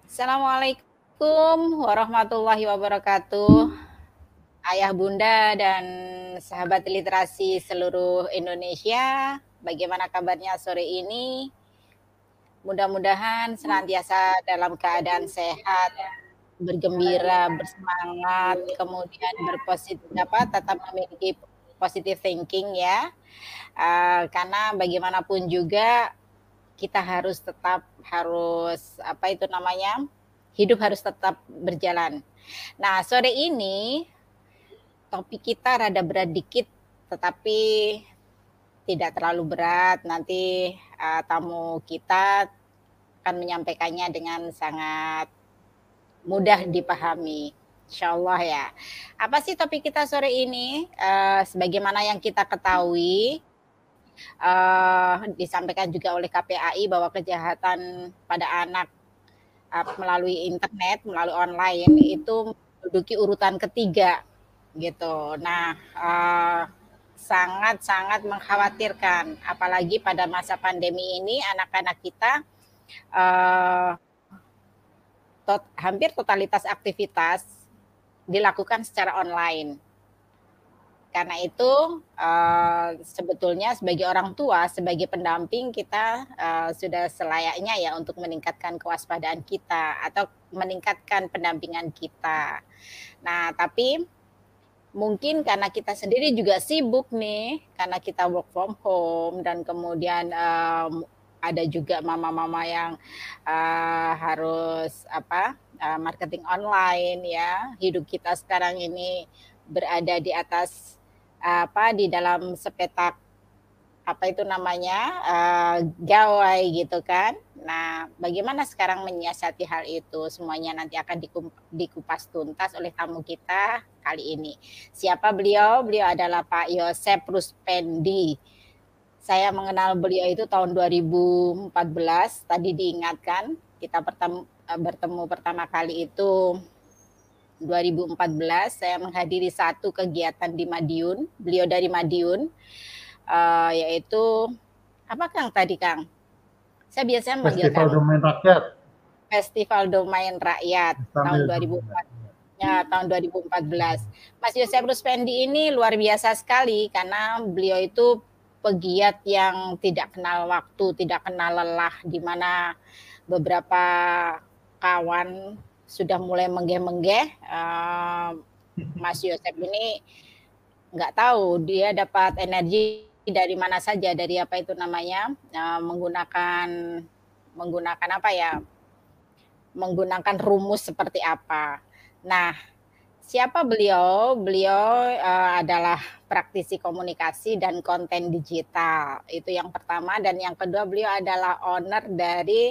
Assalamualaikum warahmatullahi wabarakatuh. Ayah, bunda, dan sahabat literasi seluruh Indonesia, bagaimana kabarnya sore ini? Mudah-mudahan senantiasa dalam keadaan sehat, bergembira, bersemangat, kemudian tetap memiliki positive thinking ya. Karena bagaimanapun juga kita harus apa itu namanya, hidup harus tetap berjalan. Nah, sore ini topik kita rada berat dikit, tetapi tidak terlalu berat. Nanti tamu kita akan menyampaikannya dengan sangat mudah dipahami. Insya Allah ya. Apa sih topik kita sore ini? Sebagaimana yang kita ketahui, disampaikan juga oleh KPAI bahwa kejahatan pada anak melalui internet, melalui online itu menduduki urutan ketiga gitu. Nah, sangat-sangat mengkhawatirkan, apalagi pada masa pandemi ini anak-anak kita uh, hampir totalitas aktivitas dilakukan secara online. Karena itu sebetulnya sebagai orang tua, sebagai pendamping kita sudah selayaknya ya untuk meningkatkan kewaspadaan kita atau meningkatkan pendampingan kita. Nah, tapi mungkin karena kita sendiri juga sibuk nih, karena kita work from home dan kemudian ada juga mama-mama yang harus marketing online ya. Hidup kita sekarang ini berada di atas di dalam sepetak apa itu namanya gawai gitu kan. Nah, bagaimana sekarang menyiasati hal itu? Semuanya nanti akan dikupas tuntas oleh tamu kita kali ini. Siapa beliau? Beliau adalah Pak Yosep Ruspendi. Saya mengenal beliau itu tahun 2014. Tadi diingatkan kita bertemu pertama kali itu 2014. Saya menghadiri satu kegiatan di Madiun. Beliau dari Madiun. Yaitu apa Kang tadi Kang? Saya biasanya manggil Festival Kang. Domain Rakyat. Festival Domain Rakyat tahun Sambil 2004 ya, tahun 2014. Mas Yosep Ruspendi ini luar biasa sekali karena beliau itu pegiat yang tidak kenal waktu, tidak kenal lelah, di mana beberapa kawan sudah mulai menggeh-menggeh. Mas Yosep ini nggak tahu dia dapat energi dari mana saja, dari apa itu namanya, menggunakan apa ya, menggunakan rumus seperti apa. Nah, siapa beliau? Beliau adalah praktisi komunikasi dan konten digital. Itu yang pertama. Dan yang kedua, beliau adalah owner dari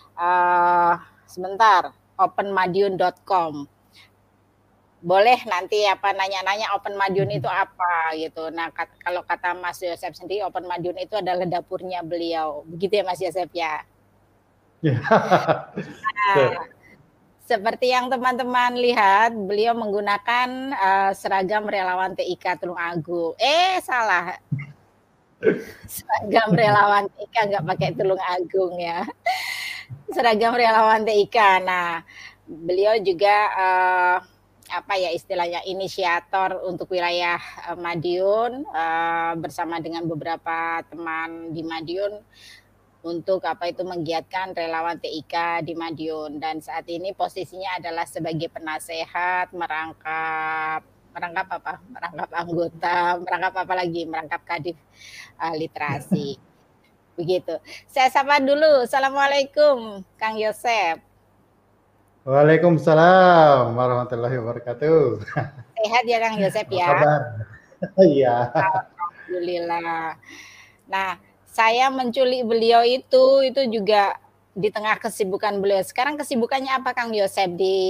openmadiun.com. Boleh nanti nanya-nanya Open Madiun itu apa gitu. Nah, kalau kata Mas Yosep sendiri, Open Madiun itu adalah dapurnya beliau. Begitu ya Mas Yosep ya. Ya. Nah, seperti yang teman-teman lihat, beliau menggunakan seragam relawan TIK Tulungagung. Salah. Seragam relawan TIK nggak pakai Tulungagung ya. Seragam relawan TIK. Nah, beliau juga istilahnya inisiator untuk wilayah Madiun bersama dengan beberapa teman di Madiun untuk menggiatkan relawan TIK di Madiun, dan saat ini posisinya adalah sebagai penasehat, merangkap anggota, merangkap kadif literasi. Begitu. Saya sapa dulu. Assalamualaikum Kang Yosep. Waalaikumsalam warahmatullahi wabarakatuh. Sehat ya Kang Yosep Apa ya? kabar? Iya. Alhamdulillah. Nah, saya menculik beliau itu juga di tengah kesibukan beliau. Sekarang kesibukannya apa Kang Yosep di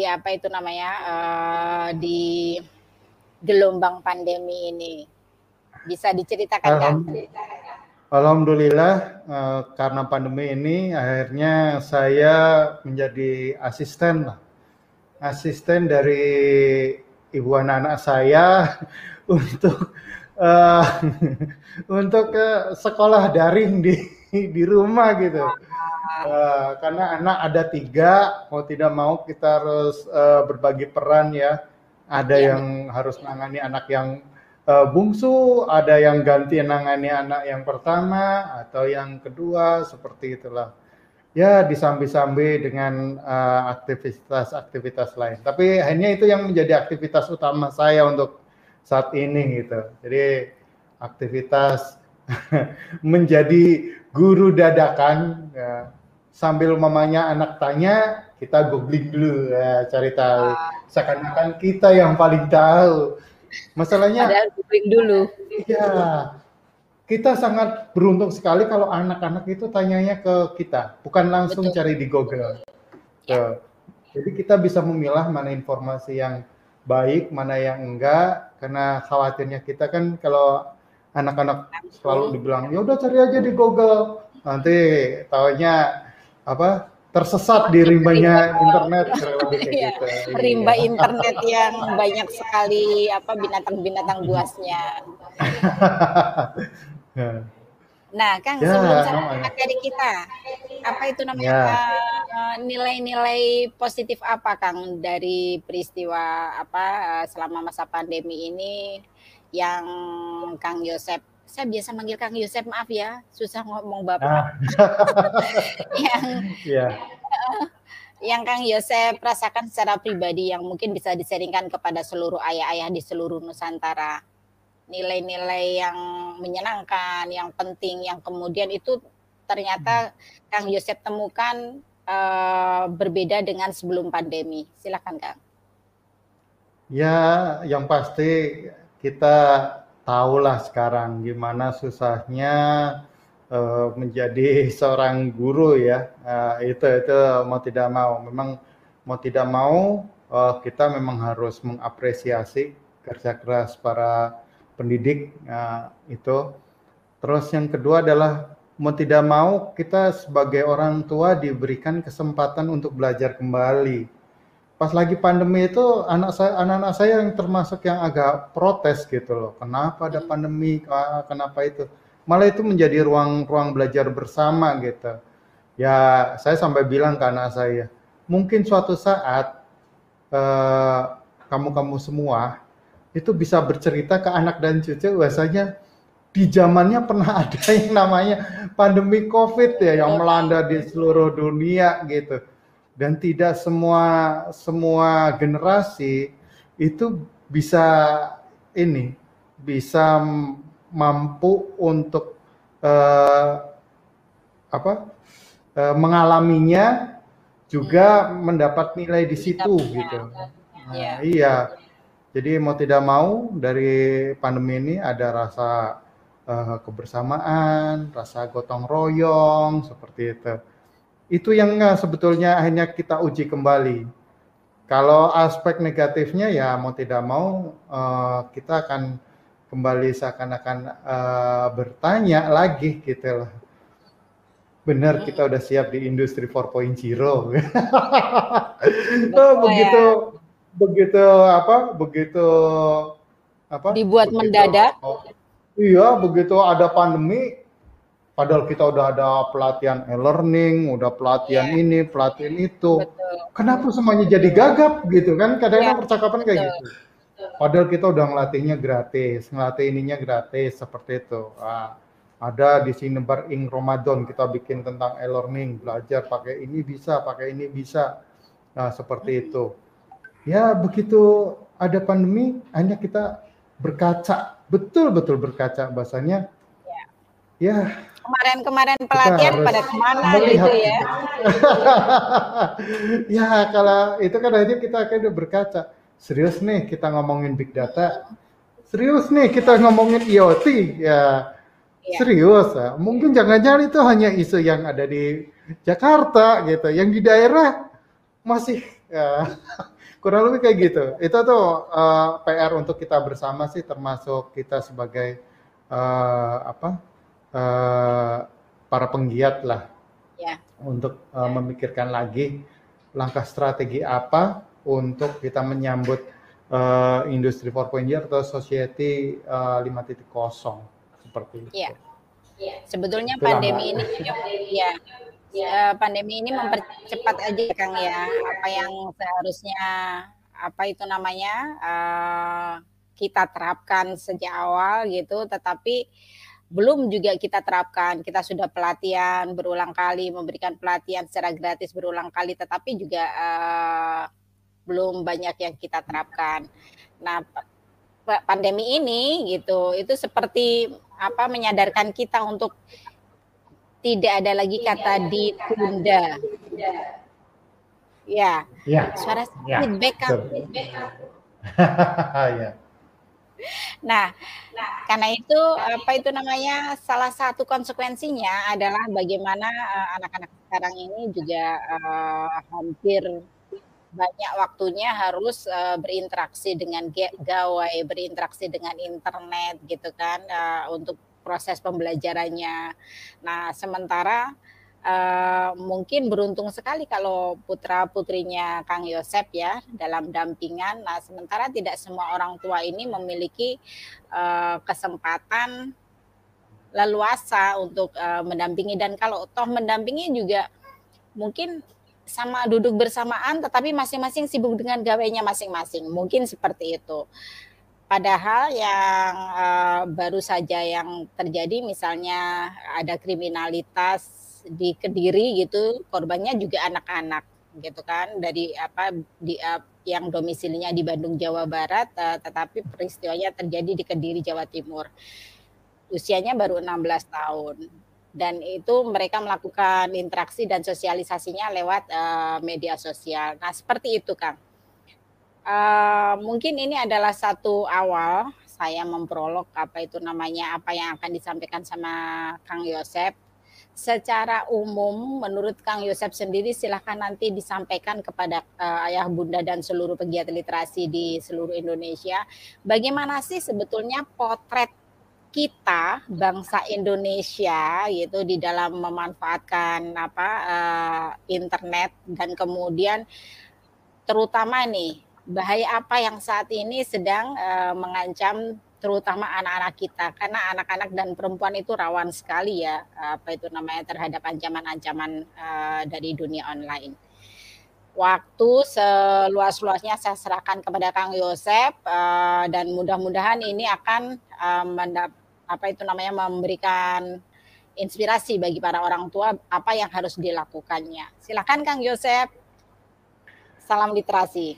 di gelombang pandemi ini? Bisa diceritakan Kang? Alhamdulillah karena pandemi ini akhirnya saya menjadi asisten dari ibu anak-anak saya untuk uh, untuk sekolah daring di rumah gitu. Karena anak ada 3, mau tidak mau kita harus berbagi peran ya. Ada yang harus nangani anak yang bungsu, ada yang ganti nangani anak yang pertama atau yang kedua, seperti itulah. Ya disambi-sambi dengan aktivitas-aktivitas lain. Tapi hanya itu yang menjadi aktivitas utama saya untuk saat ini gitu. Jadi aktivitas menjadi guru dadakan ya. Sambil mamanya anak tanya, kita googling dulu ya, cari tahu. Seakan-akan kita yang paling tahu. Masalahnya, padahal googling dulu. ya, kita sangat beruntung sekali kalau anak-anak itu tanyanya ke kita, bukan langsung cari di Google. Ya. Jadi kita bisa memilah mana informasi yang baik, mana yang enggak, karena khawatirnya kita kan kalau anak-anak selalu dibilang, ya udah cari aja di Google, nanti taunya apa tersesat di rimbanya internet gitu. Rimba internet yang banyak sekali binatang-binatang buasnya. Nah, Kang, sebelum materi kita, apa itu namanya nilai-nilai positif apa, Kang, dari peristiwa selama masa pandemi ini yang Kang Yosep, saya biasa manggil Kang Yosep, maaf ya, susah ngomong Bapak. Yang Kang Yosep rasakan secara pribadi yang mungkin bisa diseringkan kepada seluruh ayah-ayah di seluruh Nusantara. Nilai-nilai yang menyenangkan, yang penting, yang kemudian itu ternyata Kang Yosep temukan berbeda dengan sebelum pandemi. Silakan, Kang. Ya, yang pasti kita tahulah sekarang gimana susahnya menjadi seorang guru ya. Itu mau tidak mau. Memang mau tidak mau kita memang harus mengapresiasi kerja keras para pendidik itu. Terus yang kedua adalah mau tidak mau kita sebagai orang tua diberikan kesempatan untuk belajar kembali. Pas lagi pandemi itu anak-anak saya yang termasuk yang agak protes gitu loh. Kenapa ada pandemi? Kenapa itu? Malah itu menjadi ruang belajar bersama gitu. Ya saya sampai bilang ke anak saya, mungkin suatu saat kamu semua itu bisa bercerita ke anak dan cucu bahwasanya di zamannya pernah ada yang namanya pandemi COVID ya yang melanda di seluruh dunia gitu. Dan tidak semua generasi itu bisa mampu untuk mengalaminya juga mendapat nilai di situ gitu. Iya. Jadi mau tidak mau dari pandemi ini ada rasa kebersamaan, rasa gotong royong seperti itu. Itu yang sebetulnya akhirnya kita uji kembali. Kalau aspek negatifnya ya mau tidak mau kita akan kembali seakan-akan bertanya lagi gitu loh. Benar kita udah siap di industri 4.0. begitu dibuat mendadak. Iya, begitu ada pandemi padahal kita udah ada pelatihan e-learning, udah pelatihan ini, pelatihan itu. Betul. Kenapa semuanya jadi gagap gitu kan? Kadang-kadang percakapan kayak gitu. Padahal kita udah ngelatihnya gratis, ngelatih ininya gratis seperti itu. Ada di Sinebar Ing Ramadan kita bikin tentang e-learning, belajar pakai ini bisa, pakai ini bisa. Nah, seperti itu. Ya, begitu ada pandemi, hanya kita berkaca, betul-betul berkaca bahasanya. Ya, kemarin pelatihan pada kemana gitu ya? Ya kalau itu kan aja kita akan berkaca. Serius nih kita ngomongin big data. Serius nih kita ngomongin IoT ya. Serius ya. Mungkin jangan-jangan itu hanya isu yang ada di Jakarta gitu. Yang di daerah masih kurang lebih kayak gitu. Itu tuh PR untuk kita bersama sih, termasuk kita sebagai para penggiat lah untuk memikirkan lagi langkah strategi apa untuk kita menyambut industri 4.0 atau society 5.0 seperti itu. Sebetulnya pandemi ini pandemi ini mempercepat aja Kang ya, apa yang seharusnya apa itu namanya kita terapkan sejak awal gitu, tetapi belum juga kita terapkan. Kita sudah pelatihan berulang kali, memberikan pelatihan secara gratis berulang kali, tetapi juga belum banyak yang kita terapkan. Nah, pandemi ini gitu, itu seperti apa menyadarkan kita untuk tidak ada lagi kata ditunda. Ya, Ya, suara ya, feedback kan. ya. Nah, karena itu apa itu namanya salah satu konsekuensinya adalah bagaimana anak-anak sekarang ini juga hampir banyak waktunya harus berinteraksi dengan gawai, berinteraksi dengan internet gitu kan untuk proses pembelajarannya. Nah, sementara mungkin beruntung sekali kalau putra-putrinya Kang Yosep ya dalam dampingan. Nah, sementara tidak semua orang tua ini memiliki kesempatan leluasa untuk mendampingi, dan kalau toh mendampingi juga mungkin sama duduk bersamaan tetapi masing-masing sibuk dengan gawainya masing-masing. Mungkin seperti itu. Padahal yang baru saja yang terjadi misalnya ada kriminalitas di Kediri gitu, korbannya juga anak-anak gitu kan dari apa yang domisilinya di Bandung Jawa Barat tetapi peristiwanya terjadi di Kediri Jawa Timur. Usianya baru 16 tahun. Dan itu mereka melakukan interaksi dan sosialisasinya lewat media sosial. Nah, seperti itu, Kang. Mungkin ini adalah satu awal saya memprolog apa itu namanya apa yang akan disampaikan sama Kang Yosep. Secara umum, menurut Kang Yosep sendiri, silahkan nanti disampaikan kepada ayah bunda dan seluruh pegiat literasi di seluruh Indonesia. Bagaimana sih sebetulnya potret kita bangsa Indonesia gitu di dalam memanfaatkan apa internet, dan kemudian terutama nih bahaya apa yang saat ini sedang mengancam terutama anak-anak kita, karena anak-anak dan perempuan itu rawan sekali ya apa itu namanya terhadap ancaman-ancaman dari dunia online. Waktu seluas-luasnya saya serahkan kepada Kang Yosep dan mudah-mudahan ini akan apa itu namanya memberikan inspirasi bagi para orang tua apa yang harus dilakukannya. Silakan Kang Yosep. Salam literasi.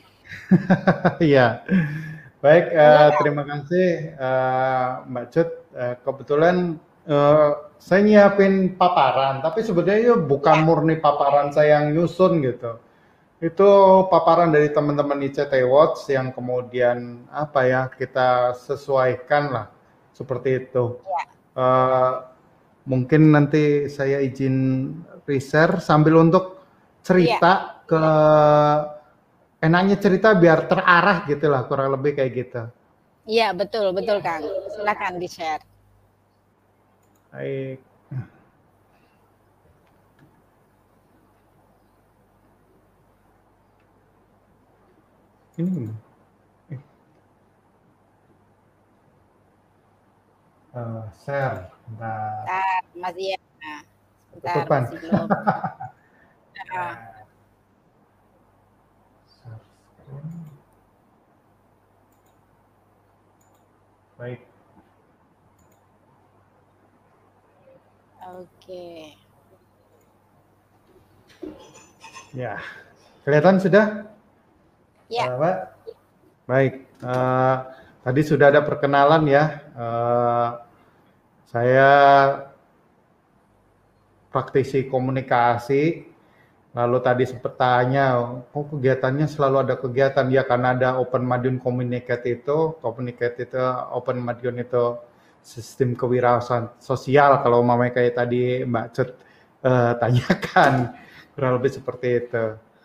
Iya. Baik, terima kasih Mbak Cut. Kebetulan saya nyiapin paparan, tapi sebenarnya bukan murni paparan saya yang nyusun gitu. Itu paparan dari teman-teman ICT Watch yang kemudian apa ya kita sesuaikan lah seperti itu. Mungkin nanti saya izin reshare sambil untuk cerita ke enaknya cerita biar terarah gitu lah, kurang lebih kayak gitu. Iya, betul, betul Kang. Silakan di-share. Baik. Ini share. Bentar, masih ya. Sebentar, Tutupan. masih belum. Baik. Oke. Ya, kelihatan sudah? Ya. Pak? Baik. Tadi sudah ada perkenalan ya. Saya praktisi komunikasi. Lalu tadi sempat tanya, kok kegiatannya selalu ada kegiatan? Ya karena ada Open Madiun Communicate itu Open Madiun itu sistem kewirausahaan sosial kalau mamanya kayak tadi Mbak Cut tanyakan, kurang lebih seperti itu.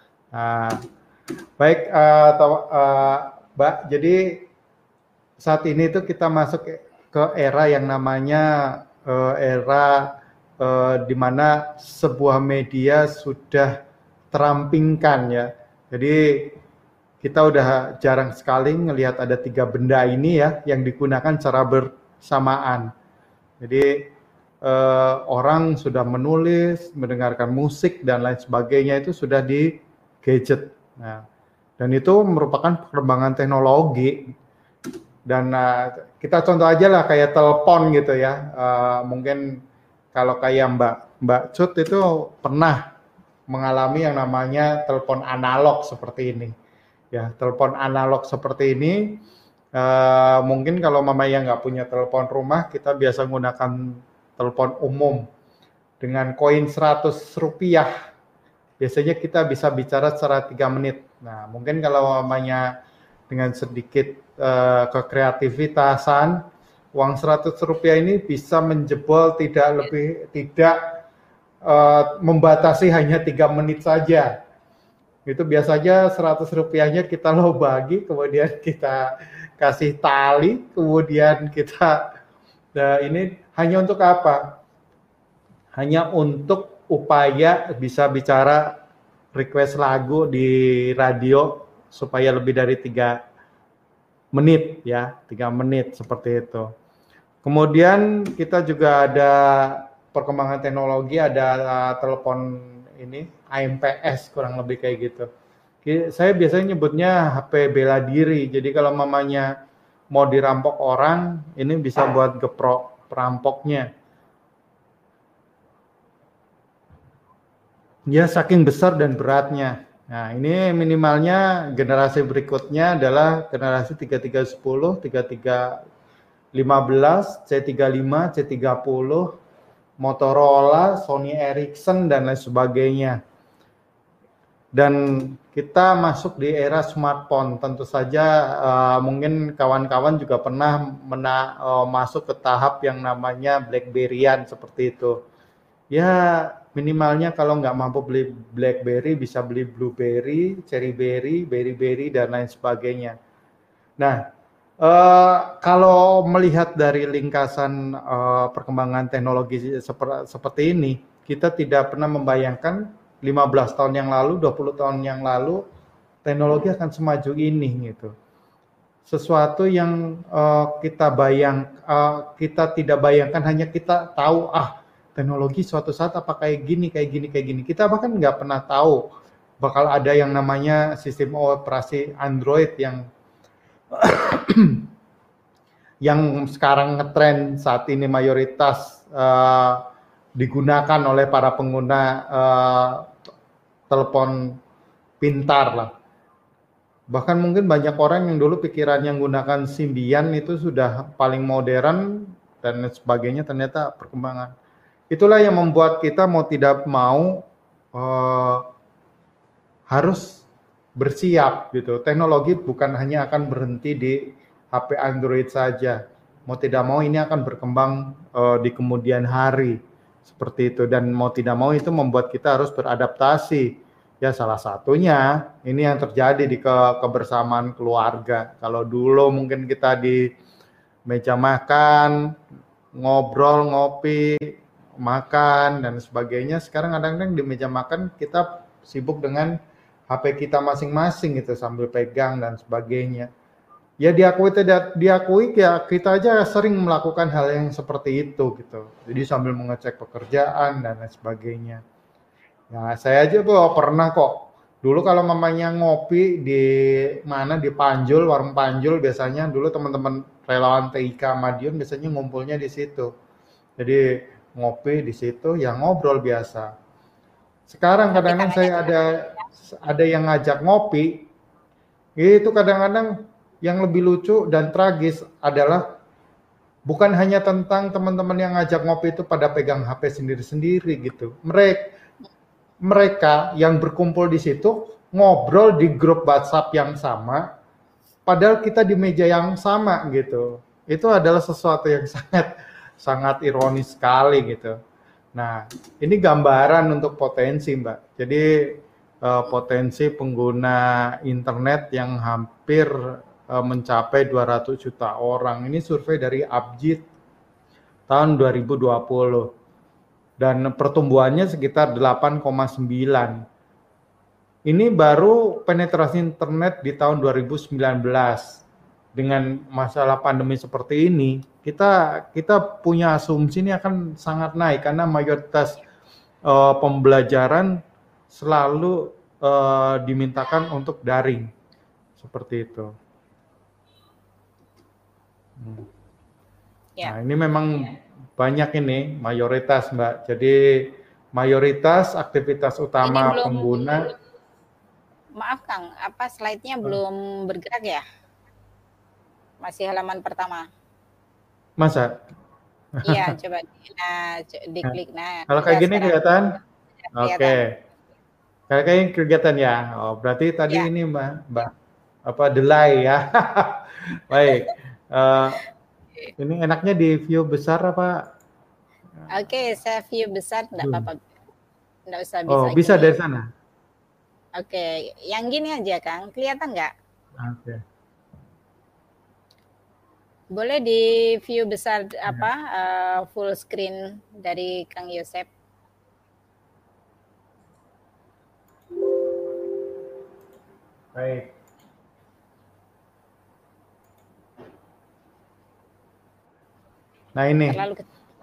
Baik, Mbak, jadi saat ini tuh kita masuk ke era yang namanya era di mana sebuah media sudah terampingkan ya. Jadi kita udah jarang sekali ngelihat ada 3 benda ini ya yang digunakan secara bersamaan. Jadi orang sudah menulis, mendengarkan musik dan lain sebagainya itu sudah di gadget. Nah, dan itu merupakan perkembangan teknologi. Dan kita contoh aja lah kayak telepon gitu ya. Mungkin kalau kayak Mbak Cut itu pernah mengalami yang namanya telepon analog seperti ini. Ya, telepon analog seperti ini mungkin kalau mama yang nggak punya telepon rumah, kita biasa menggunakan telepon umum dengan koin 100 rupiah. Biasanya kita bisa bicara secara 3 menit. Nah, mungkin kalau mamanya dengan sedikit kekreativitasan, uang 100 rupiah ini bisa menjebol tidak membatasi hanya 3 menit saja. Itu biasanya 100 rupiahnya kita lo bagi, kemudian kita kasih tali, kemudian kita, nah ini hanya untuk apa? Hanya untuk upaya bisa bicara request lagu di radio supaya lebih dari 3 menit ya, 3 menit seperti itu. Kemudian kita juga ada perkembangan teknologi, ada telepon ini AMPS kurang lebih kayak gitu. Saya biasanya nyebutnya HP bela diri. Jadi kalau mamanya mau dirampok orang, ini bisa buat geprok perampoknya. Ya saking besar dan beratnya. Nah ini minimalnya generasi berikutnya adalah generasi 3310, 3315, C35, C30, Motorola, Sony Ericsson, dan lain sebagainya. Dan kita masuk di era smartphone. Tentu saja mungkin kawan-kawan juga pernah masuk ke tahap yang namanya BlackBerryan seperti itu. Ya minimalnya kalau nggak mampu beli BlackBerry bisa beli Blueberry, Cherryberry, Berryberry, dan lain sebagainya. Nah, kalau melihat dari lingkasan perkembangan teknologi seperti ini, kita tidak pernah membayangkan 15 tahun yang lalu, 20 tahun yang lalu, teknologi akan semaju ini gitu. Sesuatu yang kita tidak bayangkan, hanya kita tahu teknologi suatu saat apa kayak gini. Kita bahkan nggak pernah tahu bakal ada yang namanya sistem operasi Android yang sekarang ngetren saat ini mayoritas digunakan oleh para pengguna telepon pintar lah. Bahkan mungkin banyak orang yang dulu pikirannya menggunakan Symbian itu sudah paling modern dan sebagainya, ternyata perkembangan. Itulah yang membuat kita mau tidak mau harus bersiap gitu. Teknologi bukan hanya akan berhenti di HP Android saja. Mau tidak mau ini akan berkembang di kemudian hari seperti itu, dan mau tidak mau itu membuat kita harus beradaptasi. Ya salah satunya ini yang terjadi di kebersamaan keluarga. Kalau dulu mungkin kita di meja makan, ngobrol, ngopi, makan dan sebagainya, sekarang kadang-kadang di meja makan kita sibuk dengan HP kita masing-masing gitu sambil pegang dan sebagainya. Ya diakui ya kita aja sering melakukan hal yang seperti itu gitu. Jadi sambil mengecek pekerjaan dan lain sebagainya. Nah, saya aja pernah kok. Dulu kalau mamanya ngopi di Panjul, warung Panjul biasanya dulu teman-teman relawan TIK Madiun biasanya ngumpulnya di situ. Jadi ngopi di situ ya ngobrol biasa. Sekarang kadang-kadang saya ada yang ngajak ngopi. Itu kadang-kadang yang lebih lucu dan tragis adalah bukan hanya tentang teman-teman yang ngajak ngopi itu pada pegang HP sendiri-sendiri gitu. Mereka yang berkumpul di situ ngobrol di grup WhatsApp yang sama, padahal kita di meja yang sama gitu. Itu adalah sesuatu yang sangat ironis sekali gitu. Nah, ini gambaran untuk potensi, Mbak. Jadi potensi pengguna internet yang hampir mencapai 200 juta orang. Ini survei dari Abjid tahun 2020. Dan pertumbuhannya sekitar 8,9. Ini baru penetrasi internet di tahun 2019. dengan masalah pandemi seperti ini, kita punya asumsi ini akan sangat naik karena mayoritas pembelajaran selalu dimintakan untuk daring seperti itu. Nah, ini memang banyak ini mayoritas, Mbak. Jadi mayoritas aktivitas utama pengguna. Maaf Kang, apa slide-nya belum bergerak ya? Masih halaman pertama. Masa? Iya, coba diklik. Nah, kalau kayak gini sekarang kelihatan? kelihatan. Oke. Kayak gini kelihatan ya. Oh, berarti tadi Ya. ini Mbak apa delay ya. Baik. Ini enaknya di view besar apa? Oke, saya view besar enggak apa-apa. Enggak usah Oh, bisa bisa gini. dari sana. Oke, yang gini aja Kang, kelihatan nggak? Oke. Boleh di view besar apa full screen dari Kang Yosep. Baik. Nah ini. Terlalu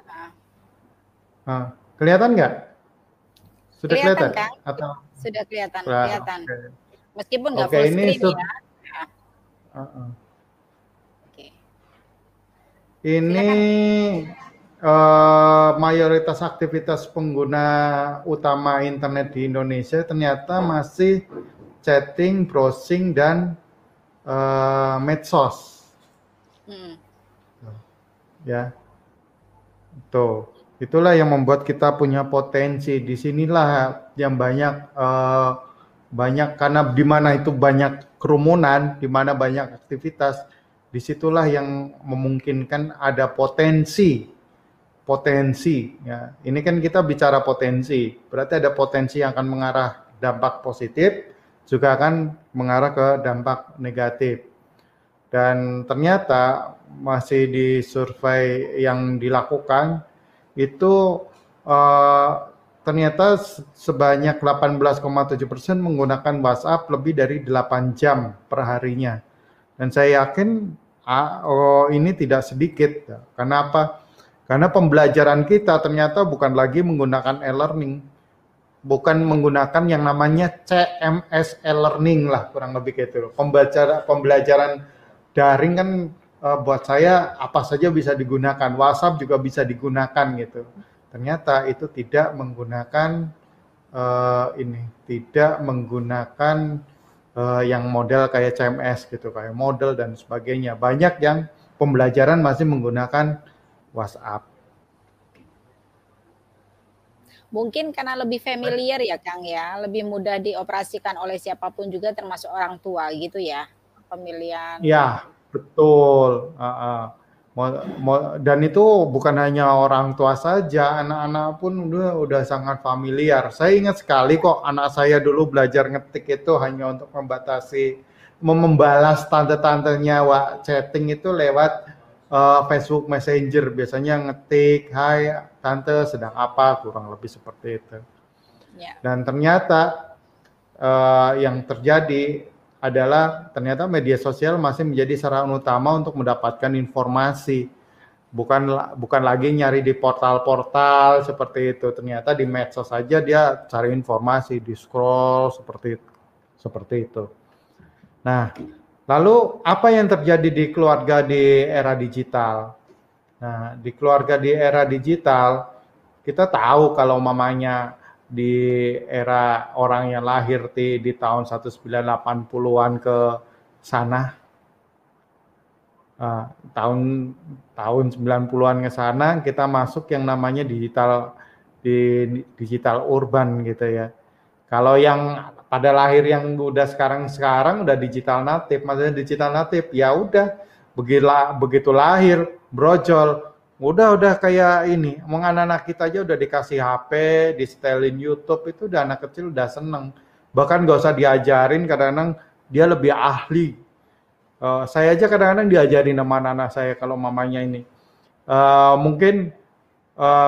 kelihatan nggak? Sudah kelihatan? Kang? Atau? Sudah kelihatan, Nah, kelihatan. okay. Meskipun nggak full screen ya. Oke. Ini mayoritas aktivitas pengguna utama internet di Indonesia ternyata masih chatting, browsing, dan medsos. Ya, tuh. Itulah yang membuat kita punya potensi. Disinilah yang banyak karena di mana itu banyak kerumunan, di mana banyak aktivitas, disitulah yang memungkinkan ada potensi. Ya. Ini kan kita bicara potensi, berarti ada potensi yang akan mengarah dampak positif, juga akan mengarah ke dampak negatif. Dan ternyata masih di survei yang dilakukan itu ternyata sebanyak 18,7% menggunakan WhatsApp lebih dari 8 jam per harinya. Dan saya yakin ini tidak sedikit. Kenapa? Karena pembelajaran kita ternyata bukan lagi menggunakan e-learning, bukan menggunakan yang namanya CMS e-learning lah, kurang lebih gitu. Pembelajaran daring kan buat saya apa saja bisa digunakan, WhatsApp juga bisa digunakan gitu. Ternyata itu tidak menggunakan yang model kayak CMS gitu, kayak model dan sebagainya. Banyak yang pembelajaran masih menggunakan WhatsApp. Mungkin karena lebih familiar ya Kang ya, lebih mudah dioperasikan oleh siapapun juga termasuk orang tua gitu ya, pemilihan. Ya, betul. Dan itu bukan hanya orang tua saja, anak-anak pun udah sangat familiar. Saya ingat sekali kok anak saya dulu belajar ngetik itu hanya untuk membalas tante-tantenya chatting itu lewat Facebook Messenger. Biasanya ngetik, "Hai tante, sedang apa?" kurang lebih seperti itu. Ya. Dan ternyata yang terjadi adalah ternyata media sosial masih menjadi sarana utama untuk mendapatkan informasi. Bukan lagi nyari di portal-portal seperti itu. Ternyata di medsos saja dia cari informasi, di scroll seperti itu. Nah, lalu apa yang terjadi di keluarga di era digital? Nah, di keluarga di era digital kita tahu kalau mamanya di era orang yang lahir di tahun 1980-an ke sana, tahun 90-an ke sana kita masuk yang namanya digital urban gitu ya. Kalau yang pada lahir yang udah sekarang udah digital native, maksudnya digital native ya udah begitu lahir brojol, udah kayak ini, anak-anak kita aja udah dikasih HP, di setelin YouTube, itu udah anak kecil udah seneng. Bahkan gak usah diajarin, kadang-kadang dia lebih ahli. Saya aja kadang-kadang diajarin sama anak-anak saya kalau mamanya ini. Mungkin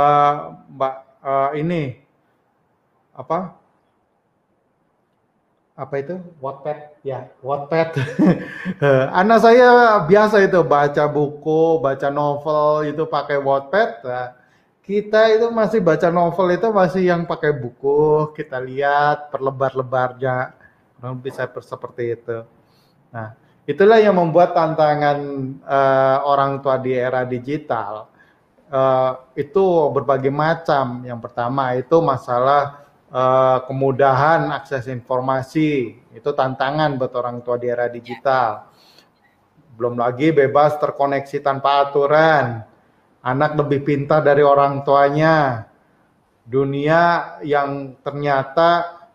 Mbak ini apa? apa itu Wattpad ya Wattpad. Anak saya biasa itu baca buku, baca novel itu pakai Wattpad. Nah, kita itu masih baca novel itu masih yang pakai buku, kita lihat per lebar-lebarnya, kurang bisa seperti itu. Nah, itulah yang membuat tantangan orang tua di era digital itu berbagai macam. Yang pertama itu masalah kemudahan akses informasi, itu tantangan buat orang tua di era digital. Belum lagi bebas terkoneksi tanpa aturan, anak lebih pintar dari orang tuanya, dunia yang ternyata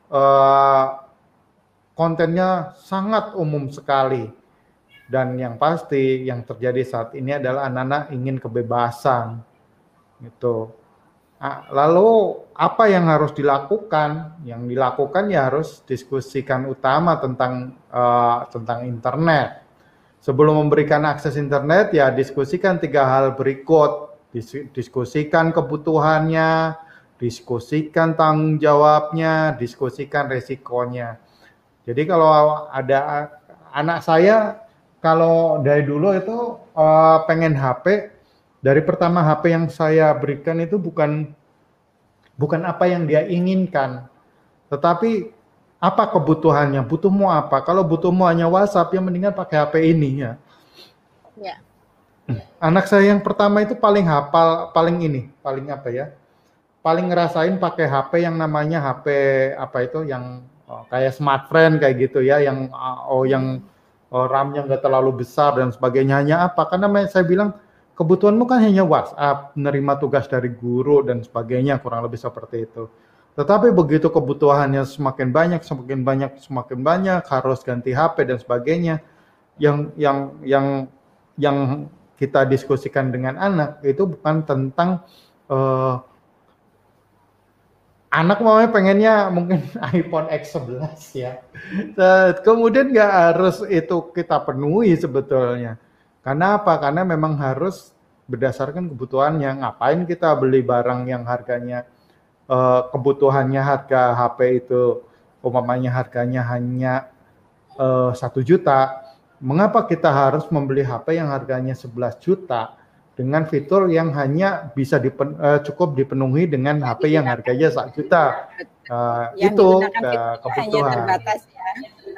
kontennya sangat umum sekali. Dan yang pasti yang terjadi saat ini adalah anak-anak ingin kebebasan gitu. Lalu apa yang harus dilakukan? Yang dilakukan ya harus diskusikan utama tentang internet. Sebelum memberikan akses internet ya diskusikan 3 hal berikut. Diskusikan kebutuhannya, diskusikan tanggung jawabnya, diskusikan resikonya. Jadi kalau ada anak saya, kalau dari dulu itu pengen HP, dari pertama HP yang saya berikan itu bukan apa yang dia inginkan, tetapi apa kebutuhannya, butuhmu apa. Kalau butuhmu hanya WhatsApp, ya mendingan pakai HP ini ya. Ya. Anak saya yang pertama itu paling hafal, paling apa ya, paling ngerasain pakai HP yang namanya HP apa itu yang kayak smartphone kayak gitu ya, yang RAM-nya nggak terlalu besar dan sebagainya. Hanya apa? Karena saya bilang kebutuhanmu kan hanya WhatsApp, menerima tugas dari guru dan sebagainya, kurang lebih seperti itu. Tetapi begitu kebutuhannya semakin banyak, harus ganti HP dan sebagainya. Yang kita diskusikan dengan anak itu bukan tentang anak maunya pengennya mungkin iPhone X11 ya. Kemudian nggak harus itu kita penuhi sebetulnya. Karena apa? Karena memang harus berdasarkan kebutuhannya. Ngapain kita beli barang yang harganya kebutuhannya harga HP itu umpamanya harganya hanya 1 juta. Mengapa kita harus membeli HP yang harganya 11 juta dengan fitur yang hanya bisa cukup dipenuhi dengan HP yang harganya 1 juta? Yang Itu digunakan fiturnya hanya kebutuhan. terbatas ya.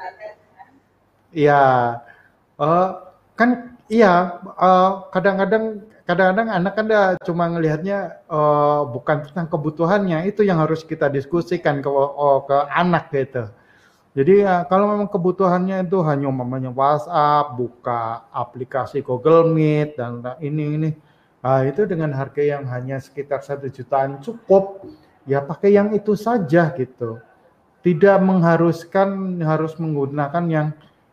Iya, kan iya, kadang-kadang anak kan cuma ngelihatnya bukan tentang kebutuhannya, itu yang harus kita diskusikan ke anak gitu. Jadi ya kalau memang kebutuhannya itu hanya umpamanya WhatsApp, buka aplikasi Google Meet dan ini, itu dengan harga yang hanya sekitar 1 jutaan cukup, ya pakai yang itu saja gitu. Tidak mengharuskan harus menggunakan yang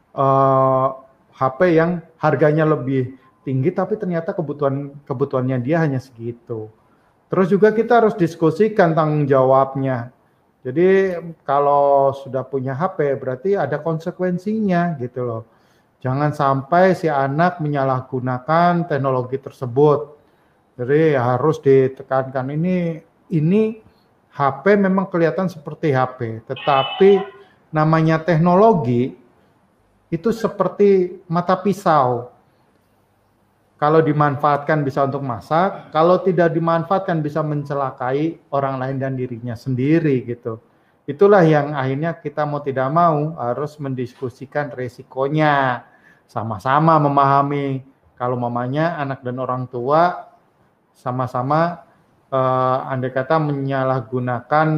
HP yang harganya lebih tinggi, tapi ternyata kebutuhannya dia hanya segitu. Terus juga kita harus diskusikan tanggung jawabnya. Jadi kalau sudah punya HP berarti ada konsekuensinya gitu loh. Jangan sampai si anak menyalahgunakan teknologi tersebut. Jadi harus ditekankan ini HP memang kelihatan seperti HP, tetapi namanya teknologi itu seperti mata pisau. Kalau dimanfaatkan bisa untuk masak, kalau tidak dimanfaatkan bisa mencelakai orang lain dan dirinya sendiri gitu. Itulah yang akhirnya kita mau tidak mau harus mendiskusikan resikonya. Sama-sama memahami kalau mamanya anak dan orang tua sama-sama andai kata menyalahgunakan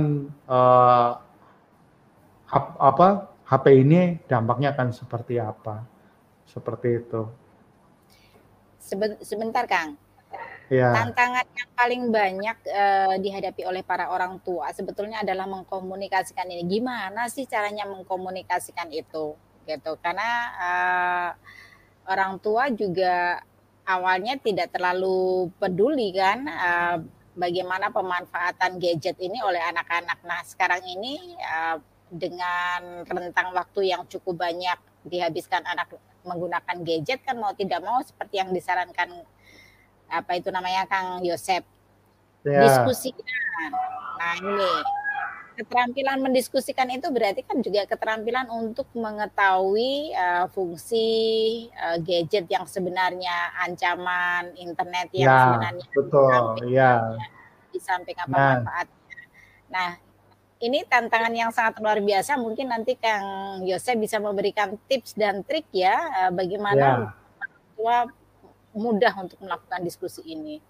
HP ini dampaknya akan seperti apa. Seperti itu. Sebentar Kang. Ya. Tantangan yang paling banyak dihadapi oleh para orang tua sebetulnya adalah mengkomunikasikan ini. Gimana sih caranya mengkomunikasikan itu? Gitu. Karena orang tua juga awalnya tidak terlalu peduli kan bagaimana pemanfaatan gadget ini oleh anak-anak. Nah, sekarang ini dengan rentang waktu yang cukup banyak dihabiskan anak menggunakan gadget kan mau tidak mau seperti yang disarankan apa itu namanya Kang Yosep, Ya. diskusikan. Nah ini keterampilan mendiskusikan itu berarti kan juga keterampilan untuk mengetahui fungsi gadget yang sebenarnya, ancaman internet yang Ya, sebenarnya, di betul. samping Ya. di samping apa Nah, manfaatnya. Nah, ini tantangan yang sangat luar biasa. Mungkin nanti Kang Yose bisa memberikan tips dan trik ya, bagaimana ya, tua mudah untuk melakukan diskusi ini.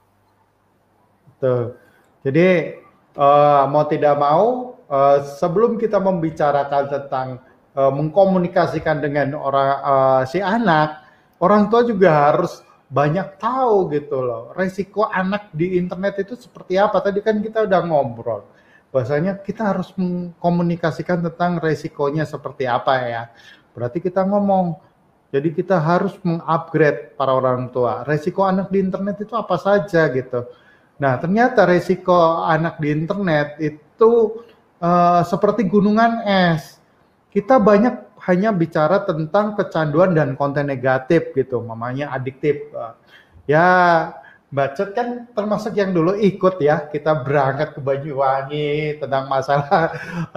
betul. Jadi mau tidak mau, sebelum kita membicarakan tentang mengkomunikasikan dengan si anak, orang tua juga harus banyak tahu gitu loh. Resiko anak di internet itu seperti apa? Tadi kan kita udah ngobrol. Bahasanya kita harus mengkomunikasikan tentang resikonya seperti apa ya. Berarti kita ngomong. Jadi kita harus mengupgrade para orang tua. Resiko anak di internet itu apa saja gitu. Nah, ternyata risiko anak di internet itu seperti gunungan es. Kita banyak hanya bicara tentang kecanduan dan konten negatif gitu, mamanya adiktif. Ya, Bacot kan termasuk yang dulu ikut ya, kita berangkat ke Banyuwangi tentang masalah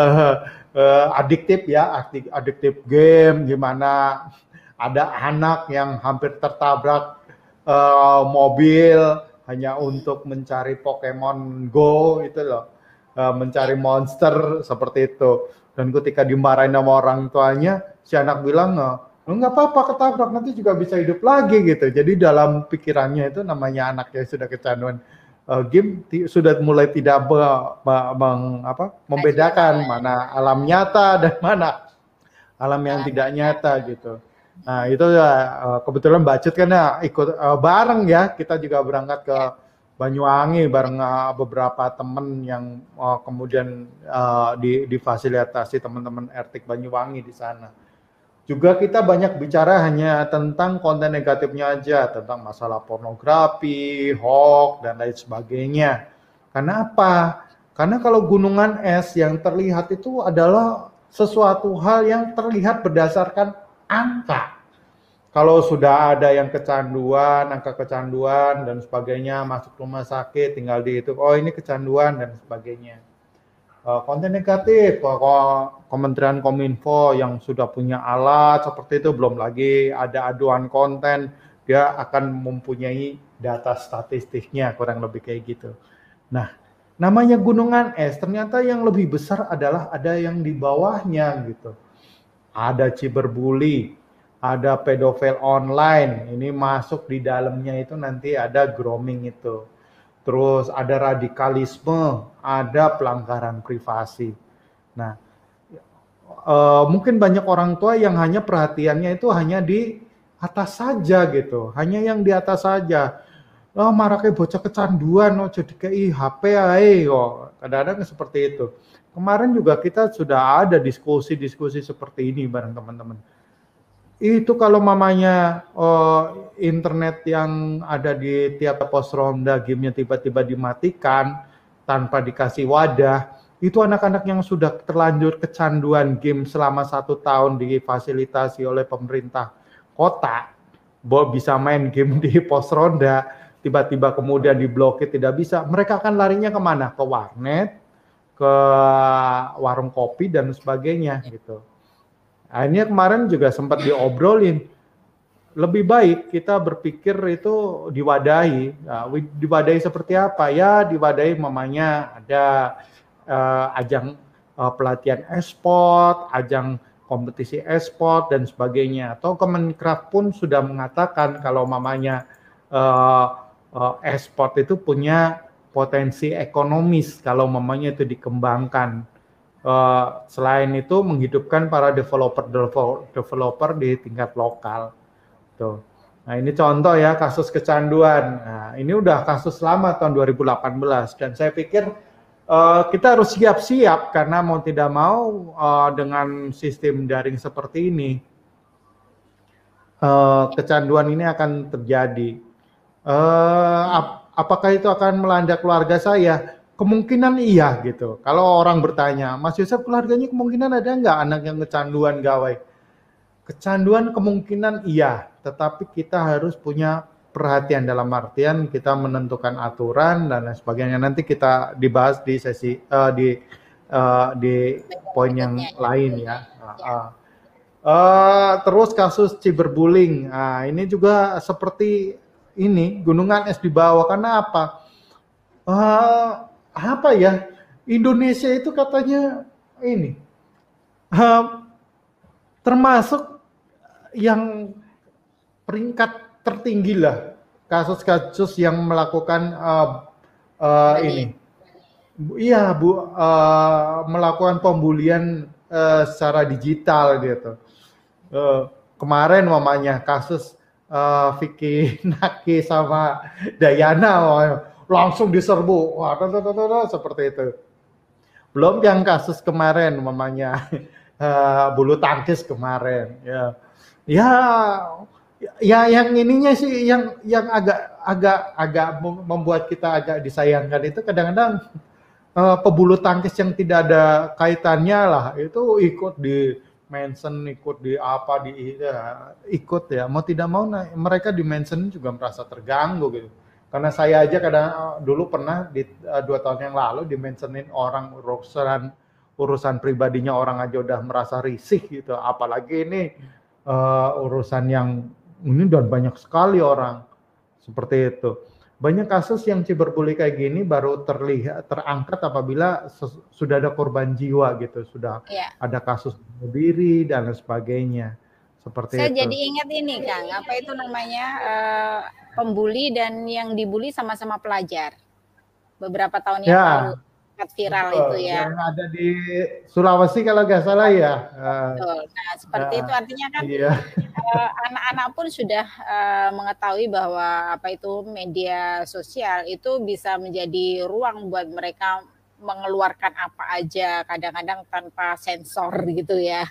adiktif ya, adiktif game, gimana ada anak yang hampir tertabrak mobil hanya untuk mencari Pokemon Go itu loh, mencari monster seperti itu. Dan ketika dimarahin sama orang tuanya, si anak bilang nggak apa-apa ketabrak nanti juga bisa hidup lagi gitu. Jadi dalam pikirannya itu namanya anak yang sudah kecanduan game sudah mulai tidak membedakan mana alam nyata dan mana alam yang tidak nyata gitu. Nah itu ya kebetulan Bacut kan ya ikut bareng ya, kita juga berangkat ke Banyuwangi bareng beberapa teman yang kemudian difasilitasi teman-teman Ertik Banyuwangi di sana. Juga kita banyak bicara hanya tentang konten negatifnya aja, tentang masalah pornografi, hoax, dan lain sebagainya. Karena apa? Karena kalau gunungan es yang terlihat itu adalah sesuatu hal yang terlihat berdasarkan angka. Kalau sudah ada yang kecanduan, angka kecanduan dan sebagainya, masuk rumah sakit, tinggal dihitung, oh ini kecanduan dan sebagainya. Konten negatif, Kementerian Kominfo yang sudah punya alat seperti itu, belum lagi ada aduan konten, dia akan mempunyai data statistiknya, kurang lebih kayak gitu. Nah, namanya gunungan es, ternyata yang lebih besar adalah ada yang di bawahnya gitu. Ada cyberbully, ada pedofil online, ini masuk di dalamnya itu nanti ada grooming itu. Terus ada radikalisme, ada pelanggaran privasi. Nah, mungkin banyak orang tua yang hanya perhatiannya itu hanya di atas saja gitu, hanya yang di atas saja. Oh, maraknya bocah kecanduan, oh jadi kayak HP ae, oh kadang-kadang seperti itu. Kemarin juga kita sudah ada diskusi-diskusi seperti ini bareng teman-teman. Itu kalau mamanya internet yang ada di tiap pos ronda gamenya tiba-tiba dimatikan tanpa dikasih wadah, itu anak-anak yang sudah terlanjur kecanduan game selama 1 tahun difasilitasi oleh pemerintah kota, bisa main game di pos ronda, tiba-tiba kemudian diblokir tidak bisa, mereka akan larinya kemana? Ke warnet, ke warung kopi dan sebagainya gitu. Akhirnya kemarin juga sempat diobrolin, lebih baik kita berpikir itu diwadahi. Nah, diwadahi seperti apa? Ya diwadahi mamanya ada ajang pelatihan e-sport, ajang kompetisi e-sport dan sebagainya. Atau Kemenkraf pun sudah mengatakan kalau mamanya e-sport itu punya potensi ekonomis kalau mamanya itu dikembangkan. Selain itu menghidupkan para developer di tingkat lokal. Tuh. Nah ini contoh ya kasus kecanduan. Nah ini udah kasus lama tahun 2018 dan saya pikir kita harus siap-siap karena mau tidak mau dengan sistem daring seperti ini kecanduan ini akan terjadi. Apakah itu akan melanda keluarga saya? Kemungkinan iya gitu. Kalau orang bertanya, Mas Yosef keluarganya kemungkinan ada nggak anak yang kecanduan gawai? Kecanduan kemungkinan iya, tetapi kita harus punya perhatian dalam artian kita menentukan aturan dan lain sebagainya. Nanti kita dibahas di sesi di di poin yang berikutnya ya. lain ya. Ya. Terus kasus cyberbullying, nah, ini juga seperti ini gunungan es di bawah karena apa? Apa ya? Indonesia itu katanya ini termasuk yang peringkat tertinggi lah kasus-kasus yang melakukan Bullying. ini. Iya Bu, melakukan pembulian secara digital gitu. Kemarin mamanya kasus Vicky Naki sama Dayana langsung diserbu, wah, seperti itu. Belum yang kasus kemarin mamanya bulu tangkis kemarin, ya, ya, ya yang ininya sih yang agak membuat kita agak disayangkan itu kadang-kadang pebulu tangkis yang tidak ada kaitannya lah itu ikut di mention, ikut di apa di ya, ikut ya mau tidak mau mereka di mention juga merasa terganggu gitu. Karena saya aja kadang dulu pernah di 2 tahun yang lalu di mentionin orang urusan pribadinya orang aja udah merasa risih gitu, apalagi ini urusan yang ini dan banyak sekali orang seperti itu. Banyak kasus yang cyberbully kayak gini baru terangkat apabila sudah ada korban jiwa gitu, sudah Ya. ada kasus bunuh diri dan lain sebagainya. Seperti Saya itu. jadi ingat ini Kang, apa itu namanya pembuli dan yang dibully sama-sama pelajar. Beberapa tahun yang lalu Ya, sempat viral itu betul. ya. Yang ada di Sulawesi kalau nggak salah ya. Betul. Nah, seperti itu artinya kan Iya. anak-anak pun sudah mengetahui bahwa apa itu media sosial itu bisa menjadi ruang buat mereka mengeluarkan apa aja, kadang-kadang tanpa sensor gitu ya.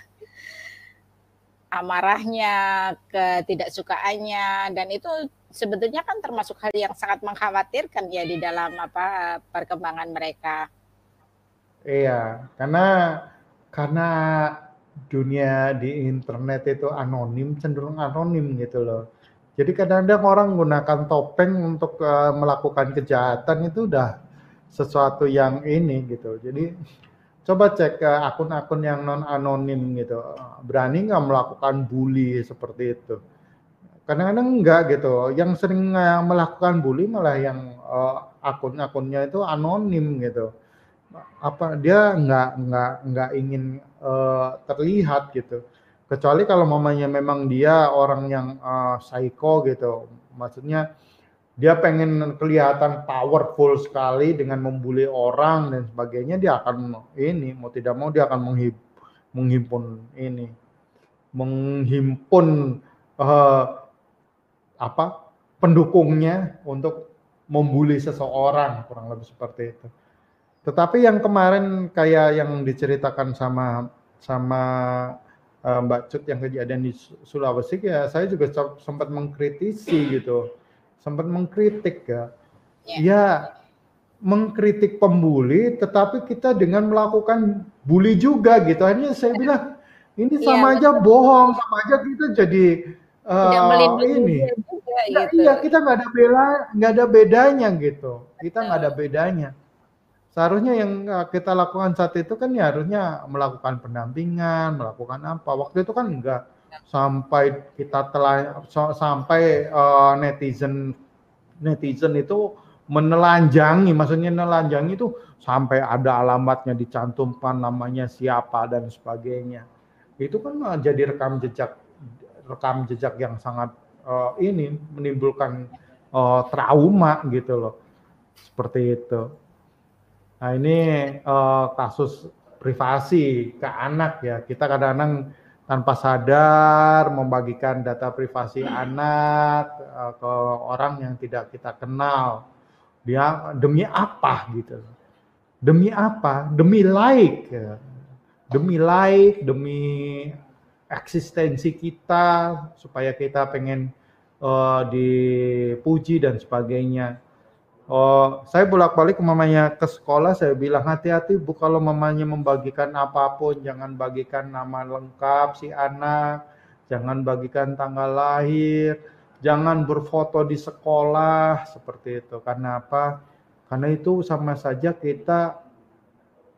Amarahnya, ketidaksukaannya, dan itu sebetulnya kan termasuk hal yang sangat mengkhawatirkan ya di dalam apa perkembangan mereka. Iya, karena dunia di internet itu anonim, cenderung anonim gitu loh. Jadi kadang-kadang orang menggunakan topeng untuk melakukan kejahatan itu udah sesuatu yang ini gitu. Jadi coba cek akun-akun yang non anonim gitu, berani nggak melakukan bully seperti itu? Kadang-kadang enggak gitu. Yang sering melakukan bully malah yang akun-akunnya itu anonim gitu. Apa dia nggak ingin terlihat gitu. Kecuali kalau mamanya memang dia orang yang psycho gitu. Maksudnya dia pengen kelihatan powerful sekali dengan membuli orang dan sebagainya, dia akan ini mau tidak mau dia akan menghimpun ini, menghimpun eh, apa pendukungnya untuk membuli seseorang, kurang lebih seperti itu. Tetapi yang kemarin kayak yang diceritakan sama sama Mbak Cut yang kejadian di Sulawesi ya, saya juga sempat mengkritisi gitu, sempat mengkritik ya. Ya. Ya, mengkritik pembuli, tetapi kita dengan melakukan bully juga gitu. Akhirnya saya bilang ini Iya, sama aja betul. bohong, sama aja kita jadi Tidak melindungi ini. dia juga Nggak, gitu. iya kita nggak ada bedanya gitu. Kita nggak ada Betul. bedanya. Seharusnya yang kita lakukan saat itu kan ya harusnya melakukan pendampingan, melakukan apa. Waktu itu kan enggak sampai kita sampai netizen itu menelanjangi, maksudnya menelanjangi itu sampai ada alamatnya dicantumkan namanya siapa dan sebagainya. Itu kan jadi rekam jejak yang sangat ini menimbulkan trauma gitu loh. Seperti itu. Nah ini kasus privasi ke anak ya. Kita kadang-kadang tanpa sadar membagikan data privasi anak ke orang yang tidak kita kenal. Dia demi apa gitu? Demi apa? Demi like, ya. Demi eksistensi kita supaya kita pengen dipuji dan sebagainya. Oh, saya bolak-balik mamanya ke sekolah, saya bilang hati-hati Bu kalau mamanya membagikan apapun, jangan bagikan nama lengkap si anak, jangan bagikan tanggal lahir, jangan berfoto di sekolah seperti itu. Karena apa? Karena itu sama saja kita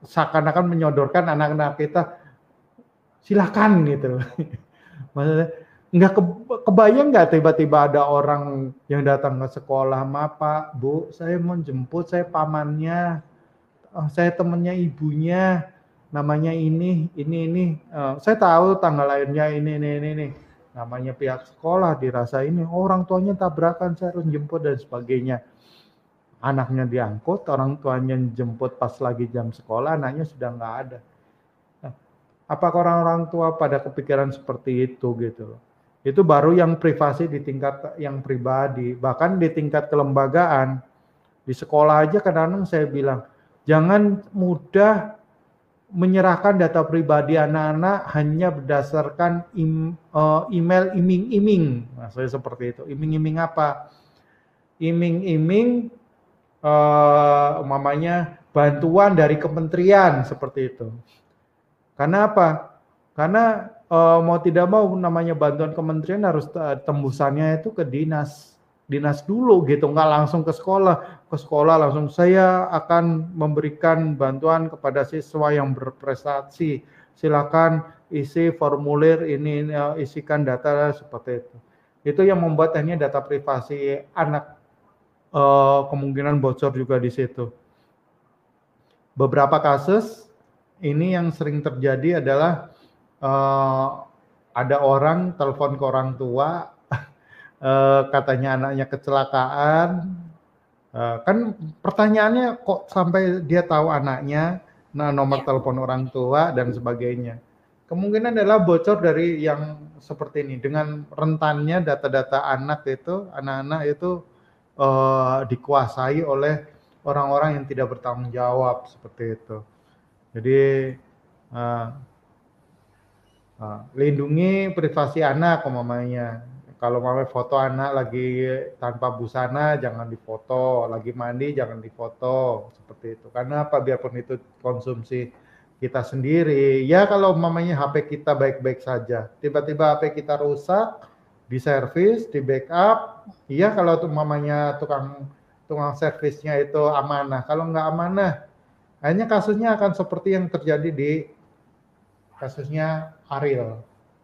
seakan-akan menyodorkan anak-anak kita silakan gitu. Maksudnya nggak kebayang nggak tiba-tiba ada orang yang datang ke sekolah, "Maaf Pak, Bu, saya mau jemput, saya pamannya, saya temennya ibunya, namanya ini, saya tahu tanggal lahirnya ini. Namanya pihak sekolah dirasa ini, orang tuanya tabrakan, saya harus jemput dan sebagainya. Anaknya diangkut, orang tuanya jemput pas lagi jam sekolah, anaknya sudah nggak ada. Nah, apakah orang-orang tua pada kepikiran seperti itu gitu loh? Itu baru yang privasi di tingkat yang pribadi, bahkan di tingkat kelembagaan, di sekolah aja kadang-kadang saya bilang, jangan mudah menyerahkan data pribadi anak-anak hanya berdasarkan email iming-iming. Nah, saya seperti itu. Iming-iming apa? Iming-iming umpamanya bantuan dari kementerian seperti itu. Karena apa? Karena mau tidak mau namanya bantuan kementerian harus tembusannya itu ke dinas dulu gitu, nggak langsung ke sekolah langsung saya akan memberikan bantuan kepada siswa yang berprestasi, silakan isi formulir ini, isikan data seperti itu yang membuat akhirnya data privasi anak kemungkinan bocor juga di situ. Beberapa kasus ini yang sering terjadi adalah ada orang telepon ke orang tua, katanya anaknya kecelakaan, kan pertanyaannya kok sampai dia tahu anaknya, nomor telepon orang tua dan sebagainya. Kemungkinan adalah bocor dari yang seperti ini, dengan rentannya data-data anak-anak itu dikuasai oleh orang-orang yang tidak bertanggung jawab seperti itu. Jadi lindungi privasi anak umpamanya. Kalau mau foto anak lagi tanpa busana jangan difoto, lagi mandi jangan difoto seperti itu. Karena apa? Biarpun itu konsumsi kita sendiri. Ya kalau umpamanya HP kita baik-baik saja, tiba-tiba HP kita rusak, diservis, di backup. Iya kalau umpamanya tukang servisnya itu amanah. Kalau nggak amanah, akhirnya kasusnya akan seperti yang terjadi di kasusnya Ariel.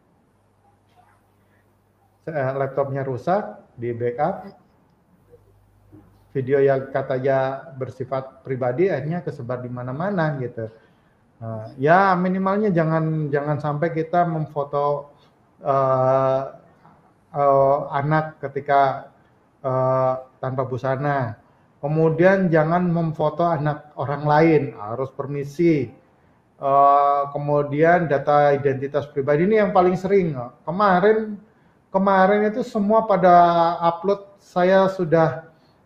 Laptopnya rusak, di backup, video yang katanya bersifat pribadi akhirnya kesebar di mana-mana gitu. Ya minimalnya jangan sampai kita memfoto anak ketika tanpa busana. Kemudian jangan memfoto anak orang lain, harus permisi. Kemudian data identitas pribadi ini yang paling sering. Kemarin itu semua pada upload, saya sudah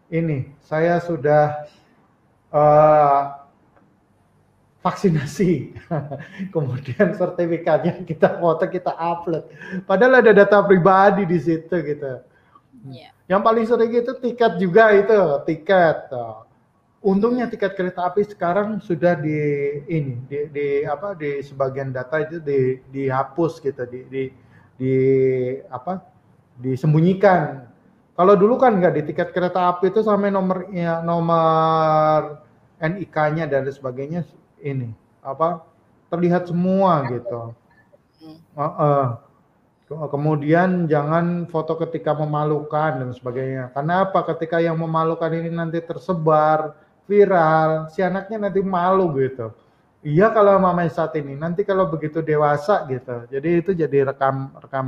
vaksinasi. Kemudian sertifikatnya kita foto, kita upload. Padahal ada data pribadi di situ gitu. Yang paling sering itu tiket juga itu, tiket. Untungnya tiket kereta api sekarang sudah di sebagian data itu dihapus gitu, disembunyikan. Kalau dulu kan nggak, di tiket kereta api itu sampai nomor NIK-nya dan sebagainya terlihat semua gitu. Kemudian jangan foto ketika memalukan dan sebagainya. Karena apa? Ketika yang memalukan ini nanti tersebar viral, si anaknya nanti malu gitu. Iya kalau mamanya saat ini, nanti kalau begitu dewasa gitu. Jadi itu jadi rekam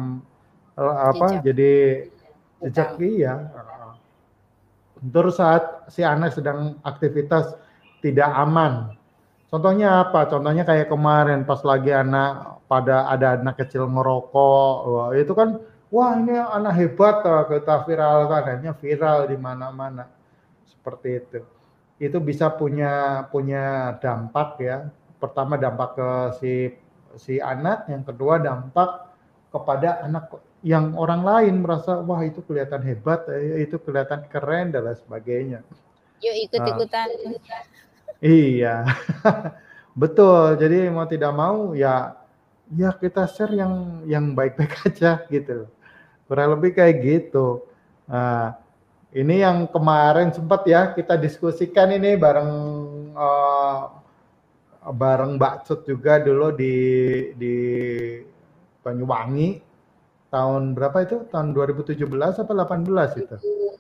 jadi jejak dia. Terus saat si anak sedang aktivitas tidak aman. Contohnya apa? Contohnya kayak kemarin pas lagi ada anak kecil ngerokok. Wah, itu kan ini anak hebat, kita viralkan, akhirnya viral di mana-mana. Seperti itu. Itu bisa punya dampak ya. Pertama dampak ke si anak, yang kedua dampak kepada anak yang orang lain merasa wah itu kelihatan hebat, itu kelihatan keren dan lain sebagainya. Yuk ikut-ikutan. Iya. Betul. Jadi mau tidak mau ya kita share yang baik-baik aja gitu. Kurang lebih kayak gitu. Nah, ini yang kemarin sempat ya kita diskusikan ini bareng bareng Mbak Cut juga dulu di Banyuwangi tahun berapa itu? Tahun 2017 apa 18 itu?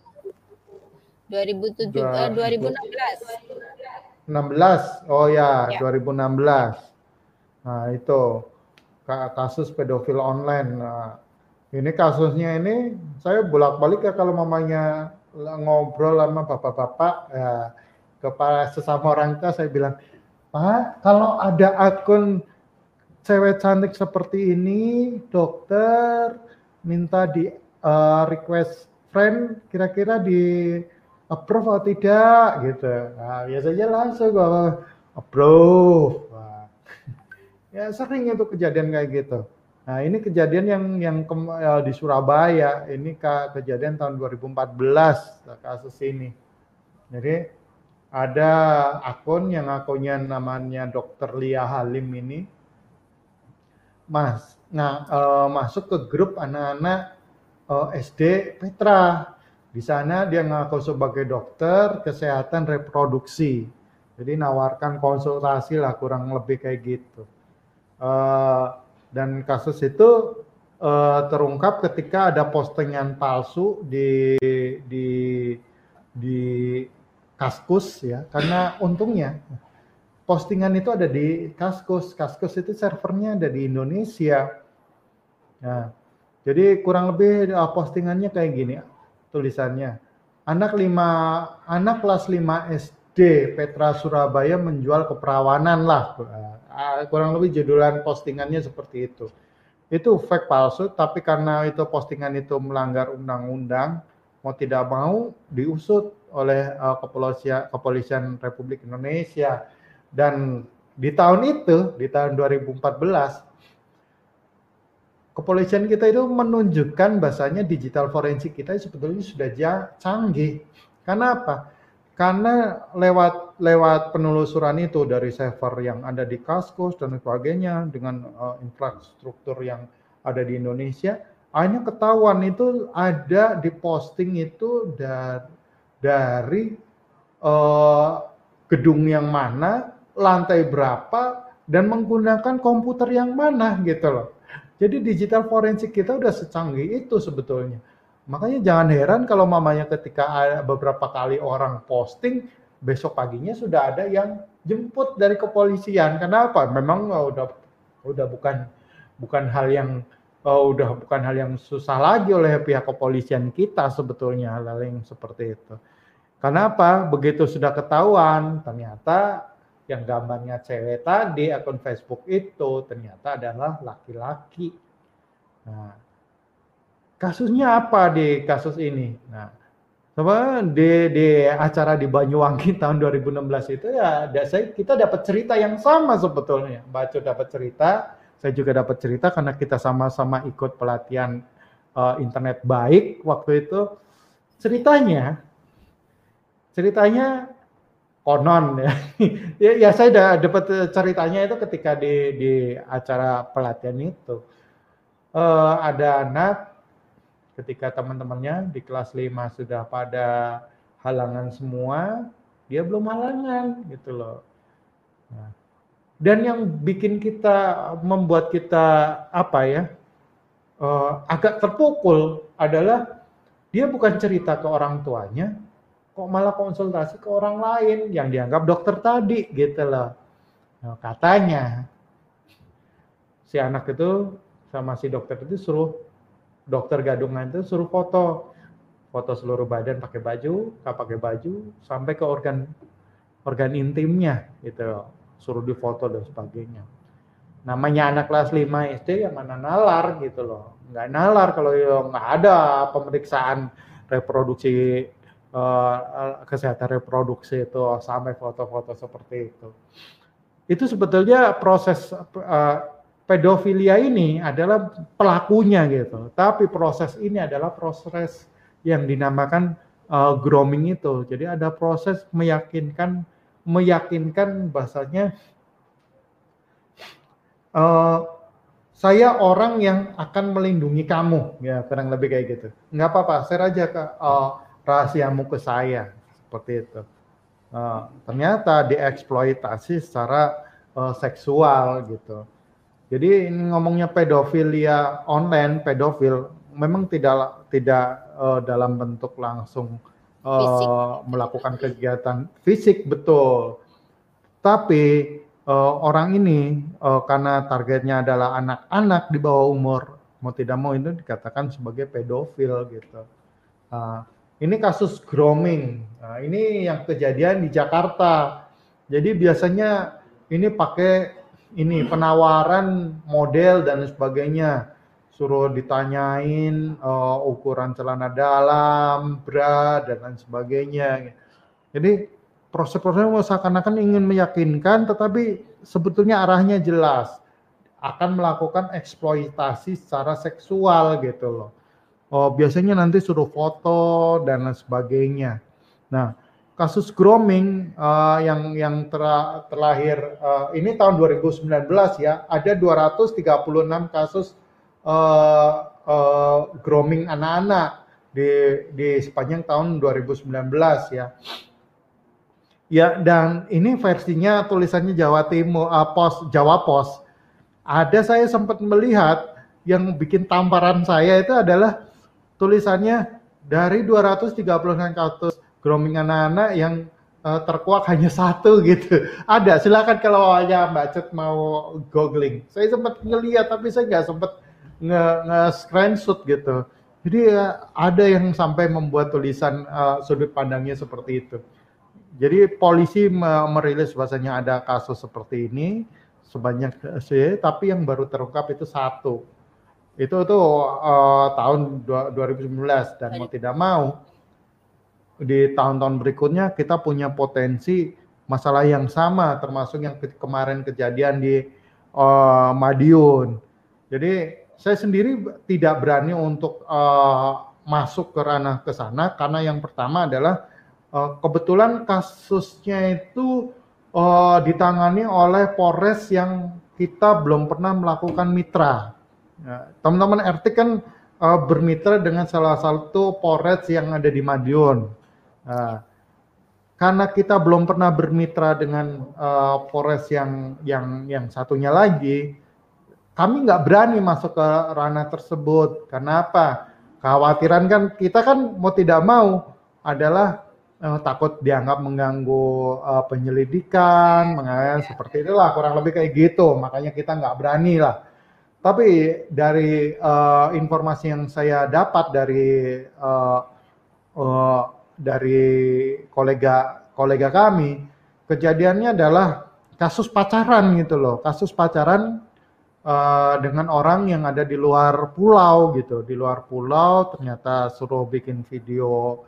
2016. 16. Oh ya, Ya. 2016. Nah, itu kasus pedofil online. Nah, ini kasusnya ini saya bolak-balik ya kalau mamanya ngobrol sama bapak-bapak ya, kepada sesama orang tua saya bilang, Pak, kalau ada akun cewek cantik seperti ini, dokter minta di request friend, kira-kira di approve atau tidak gitu. Nah, biasanya langsung gua approve. Nah, ya sering itu kejadian kayak gitu. Nah, ini kejadian yang di Surabaya, ini kejadian tahun 2014 kasus ini. Jadi ada akun yang akunnya namanya Dokter Lia Halim ini, masuk ke grup anak-anak SD Petra. Di sana dia ngaku sebagai dokter kesehatan reproduksi. Jadi nawarkan konsultasi lah kurang lebih kayak gitu. Dan kasus itu terungkap ketika ada postingan palsu di di Kaskus ya. Karena untungnya postingan itu ada di Kaskus. Kaskus itu servernya ada di Indonesia. Nah, jadi kurang lebih postingannya kayak gini tulisannya. Anak kelas 5 SD Petra Surabaya menjual keperawanan lah. Kurang lebih judulan postingannya seperti itu. Itu fake palsu, tapi karena itu postingan itu melanggar undang-undang, mau tidak mau diusut oleh Kepolisian Republik Indonesia. Dan di tahun itu, di tahun 2014, kepolisian kita itu menunjukkan bahasanya digital forensik kita sebetulnya sudah canggih. Karena apa? Karena lewat penelusuran itu dari server yang ada di Kaskus dan sebagainya dengan infrastruktur yang ada di Indonesia, akhirnya ketahuan itu ada di posting itu dari gedung yang mana, lantai berapa, dan menggunakan komputer yang mana gitu loh. Jadi digital forensik kita udah secanggih itu sebetulnya. Makanya jangan heran kalau mamanya ketika ada beberapa kali orang posting, besok paginya sudah ada yang jemput dari kepolisian. Kenapa? Memang udah bukan hal yang susah lagi oleh pihak kepolisian kita sebetulnya hal yang seperti itu. Kenapa? Begitu sudah ketahuan, ternyata yang gambarnya cewek tadi akun Facebook itu ternyata adalah laki-laki. Nah, kasusnya apa di kasus ini? Nah, di acara di Banyuwangi tahun 2016 itu ya kita dapat cerita yang sama sebetulnya. Baco dapat cerita, saya juga dapat cerita karena kita sama-sama ikut pelatihan internet baik waktu itu. Ceritanya konon ya. Ya saya dapat ceritanya itu ketika di acara pelatihan itu. Ada anak ketika teman-temannya di kelas 5 sudah pada halangan semua, dia belum halangan gitu loh. Nah, dan yang membuat kita agak terpukul adalah dia bukan cerita ke orang tuanya, kok malah konsultasi ke orang lain yang dianggap dokter tadi gitu loh. Nah, katanya si anak itu sama si dokter itu dokter gadungan itu suruh foto seluruh badan pakai baju, nggak pakai baju, sampai ke organ intimnya gitu loh. Suruh difoto dan sebagainya. Namanya anak kelas 5 SD yang mana nalar gitu loh. Nggak nalar kalau nggak ada pemeriksaan reproduksi kesehatan reproduksi itu sampai foto-foto seperti itu. Itu sebetulnya proses pedofilia ini adalah pelakunya gitu. Tapi proses ini adalah proses yang dinamakan grooming itu. Jadi ada proses meyakinkan bahasanya saya orang yang akan melindungi kamu, ya kurang lebih kayak gitu. Nggak apa-apa, share aja rahasiamu ke saya, seperti itu. Ternyata dieksploitasi secara seksual gitu. Jadi ini ngomongnya pedofilia online, pedofil memang tidak dalam bentuk langsung Fisik. melakukan kegiatan fisik, betul. Tapi orang ini karena targetnya adalah anak-anak di bawah umur, mau tidak mau itu dikatakan sebagai pedofil gitu. Ini kasus grooming. Nah, ini yang kejadian di Jakarta. Jadi biasanya ini pakai ini penawaran model dan sebagainya. Suruh ditanyain ukuran celana dalam, bra dan lain sebagainya. Jadi proses-prosesnya seakan-akan ingin meyakinkan, tetapi sebetulnya arahnya jelas akan melakukan eksploitasi secara seksual gitu loh. Biasanya nanti suruh foto dan lain sebagainya. Nah, kasus grooming yang terlahir ini tahun 2019 ya, ada 236 kasus grooming anak-anak di sepanjang tahun 2019 ya. Ya, dan ini versinya tulisannya Jawa Timur, Jawa Pos. Ada saya sempat melihat yang bikin tamparan saya itu adalah tulisannya dari 236 kasus grooming anak-anak yang terkuak hanya satu gitu. Ada, silakan kalau aja Mbak Cet mau googling. Saya sempat ngeliat tapi saya nggak sempat nge-screenshot gitu. Jadi ada yang sampai membuat tulisan sudut pandangnya seperti itu. Jadi polisi merilis bahwasanya ada kasus seperti ini sebanyak tapi yang baru terungkap itu satu. Itu tahun 2019 dan mau tidak mau di tahun-tahun berikutnya kita punya potensi masalah yang sama termasuk yang kemarin kejadian di Madiun. Jadi saya sendiri tidak berani untuk masuk ke ranah ke sana karena yang pertama adalah kebetulan kasusnya itu ditangani oleh Polres yang kita belum pernah melakukan mitra. Ya, teman-teman RT kan bermitra dengan salah satu Polres yang ada di Madiun. Karena kita belum pernah bermitra dengan Polres yang satunya lagi, kami nggak berani masuk ke ranah tersebut. Karena apa? Kekhawatiran kan kita kan mau tidak mau adalah takut dianggap mengganggu penyelidikan, seperti itulah kurang lebih kayak gitu. Makanya kita nggak berani lah. Tapi dari informasi yang saya dapat dari kolega kami, kejadiannya adalah kasus pacaran gitu loh, kasus pacaran dengan orang yang ada di luar pulau gitu, di luar pulau ternyata suruh bikin video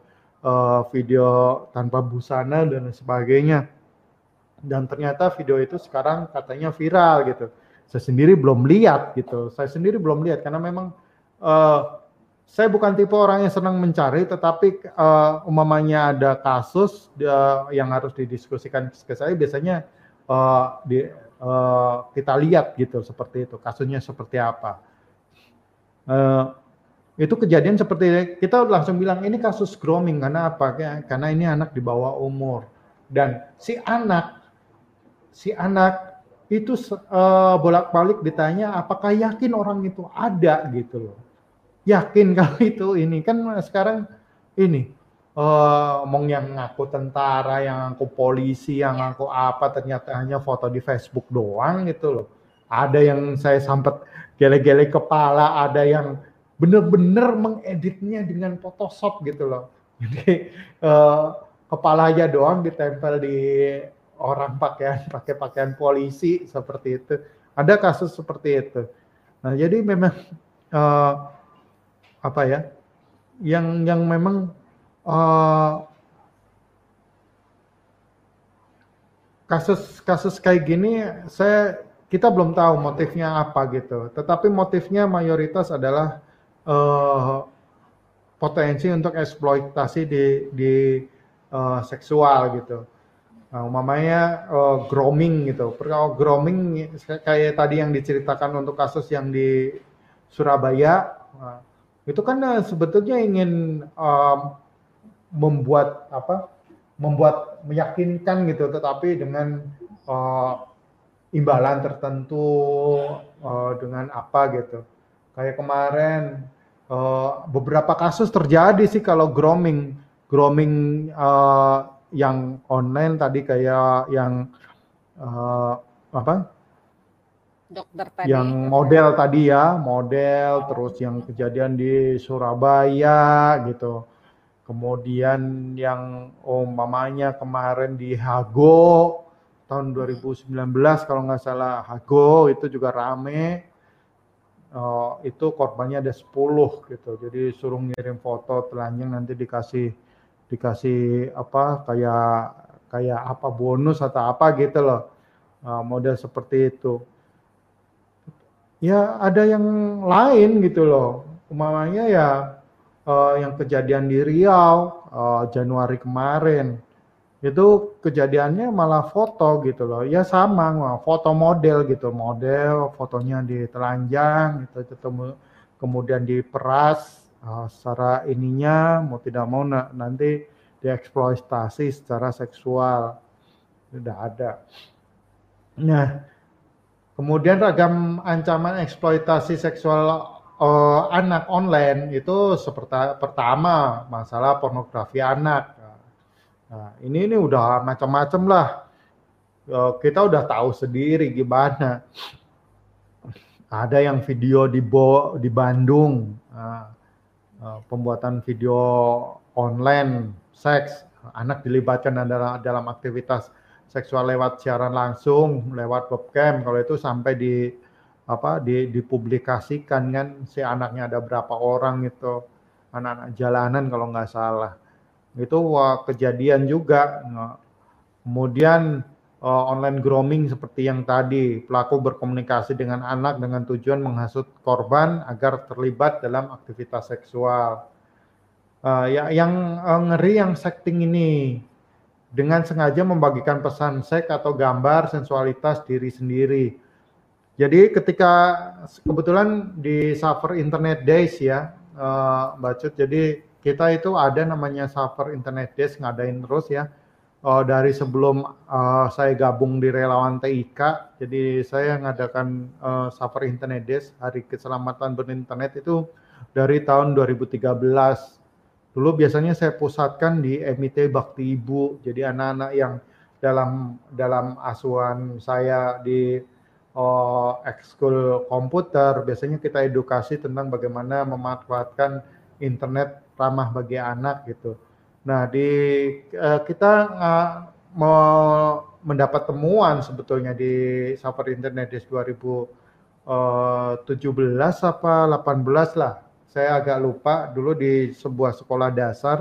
tanpa busana dan sebagainya. Dan ternyata video itu sekarang katanya viral gitu. Saya sendiri belum lihat gitu. Saya sendiri belum lihat karena memang saya bukan tipe orang yang senang mencari, tetapi umpamanya ada kasus yang harus didiskusikan ke saya, biasanya kita lihat gitu seperti itu, kasusnya seperti apa. Itu kejadian seperti kita langsung bilang ini kasus grooming karena apa? Karena ini anak di bawah umur dan si anak itu bolak-balik ditanya apakah yakin orang itu ada gitu loh. Yakin kalau itu ini kan sekarang ini omong yang ngaku tentara, yang ngaku polisi, yang ngaku apa ternyata hanya foto di Facebook doang gitu loh. Ada yang saya sempat gele-gele kepala, ada yang bener-bener mengeditnya dengan Photoshop gitu loh. Jadi kepala aja doang ditempel di orang pakai pakaian polisi seperti itu. Ada kasus seperti itu. Nah, jadi memang apa ya? Yang memang kasus kayak gini kita belum tahu motifnya apa gitu. Tetapi motifnya mayoritas adalah potensi untuk eksploitasi di seksual gitu. Nah, umpamanya grooming gitu. Kalau grooming kayak tadi yang diceritakan untuk kasus yang di Surabaya, itu kan sebetulnya ingin membuat meyakinkan gitu, tetapi dengan imbalan tertentu dengan apa gitu. Kayak kemarin beberapa kasus terjadi sih kalau grooming, grooming yang online tadi kayak yang apa? Dokter Yang tadi. model tadi ya, model, terus yang kejadian di Surabaya gitu. Kemudian yang mamanya kemarin di Hago tahun 2019 kalau nggak salah, Hago itu juga rame. Itu korbannya ada 10 gitu. Jadi suruh ngirim foto telanjang nanti dikasih dikasih apa kayak kayak apa bonus atau apa gitu loh. Model seperti itu. Ya ada yang lain gitu loh. Umpamanya ya yang kejadian di Riau Januari kemarin. Itu kejadiannya malah foto gitu loh. Ya sama, foto model gitu, model fotonya ditelanjang gitu, kemudian diperas secara ininya mau tidak mau nanti dieksploitasi secara seksual. Sudah ada. Nah, kemudian ragam ancaman eksploitasi seksual anak online itu seperti pertama masalah pornografi anak. Nah, ini udah macam-macam lah. Kita udah tahu sendiri gimana. Ada yang video di Bandung, pembuatan video online seks, anak dilibatkan dalam aktivitas seksual lewat siaran langsung, lewat webcam. Kalau itu sampai dipublikasikan kan si anaknya ada berapa orang itu, anak-anak jalanan kalau nggak salah. Itu kejadian juga. Kemudian online grooming seperti yang tadi, pelaku berkomunikasi dengan anak dengan tujuan menghasut korban agar terlibat dalam aktivitas seksual. Yang ngeri yang sexting ini, dengan sengaja membagikan pesan seks atau gambar sensualitas diri sendiri. Jadi ketika kebetulan di Suffer Internet Days ya, Mbak Cut, jadi kita itu ada namanya Suffer Internet Days ngadain terus ya. Dari sebelum saya gabung di Relawan TIK, jadi saya ngadakan Suffer Internet Days, Hari Keselamatan Berinternet itu dari tahun 2013. Dulu biasanya saya pusatkan di MIT Bakti Ibu, jadi anak-anak yang dalam asuhan saya di ekskul komputer, biasanya kita edukasi tentang bagaimana memanfaatkan internet ramah bagi anak gitu. Nah, kita mau mendapat temuan sebetulnya di Safari Internet Days 2017 apa 18 lah. Saya agak lupa, dulu di sebuah sekolah dasar.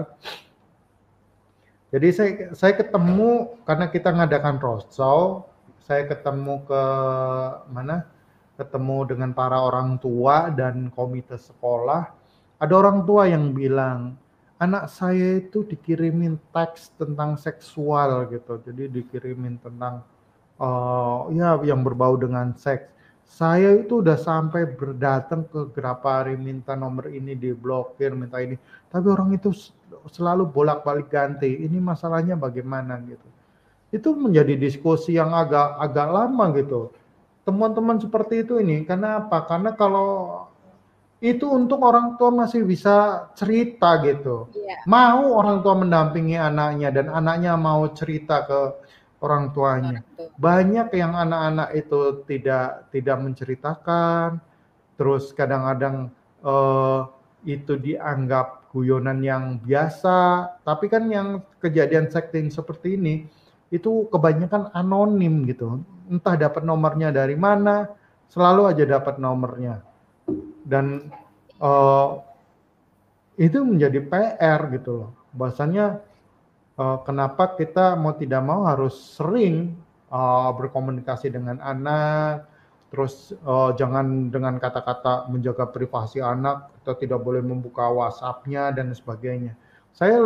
Jadi saya ketemu karena kita ngadakan roadshow, saya ketemu ke mana? Ketemu dengan para orang tua dan komite sekolah. Ada orang tua yang bilang, anak saya itu dikirimin teks tentang seksual gitu. Jadi dikirimin tentang ya yang berbau dengan seks. Saya itu udah sampai berdatang ke Grapari minta nomor ini diblokir, minta ini. Tapi orang itu selalu bolak-balik ganti. Ini masalahnya bagaimana gitu. Itu menjadi diskusi yang agak lama gitu. Teman-teman seperti itu ini, karena apa? Karena kalau itu untuk orang tua masih bisa cerita gitu. Iya, Mau orang tua mendampingi anaknya dan anaknya mau cerita ke orang tuanya. orang tua. Banyak yang anak-anak itu tidak menceritakan, terus kadang-kadang eh, itu dianggap guyonan yang biasa, tapi kan yang kejadian sexting seperti ini itu kebanyakan anonim gitu. Entah dapat nomornya dari mana, selalu aja dapat nomornya. Dan uh, itu menjadi PR gitu loh. Bahasanya kenapa kita mau tidak mau harus sering berkomunikasi dengan anak, terus jangan dengan kata-kata menjaga privasi anak, kita tidak boleh membuka WhatsApp-nya dan sebagainya. Saya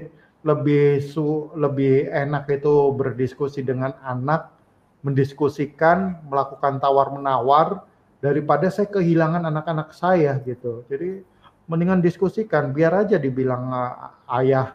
lebih enak itu berdiskusi dengan anak, mendiskusikan, melakukan tawar-menawar daripada saya kehilangan anak-anak saya gitu. Jadi mendingan diskusikan, biar aja dibilang ayah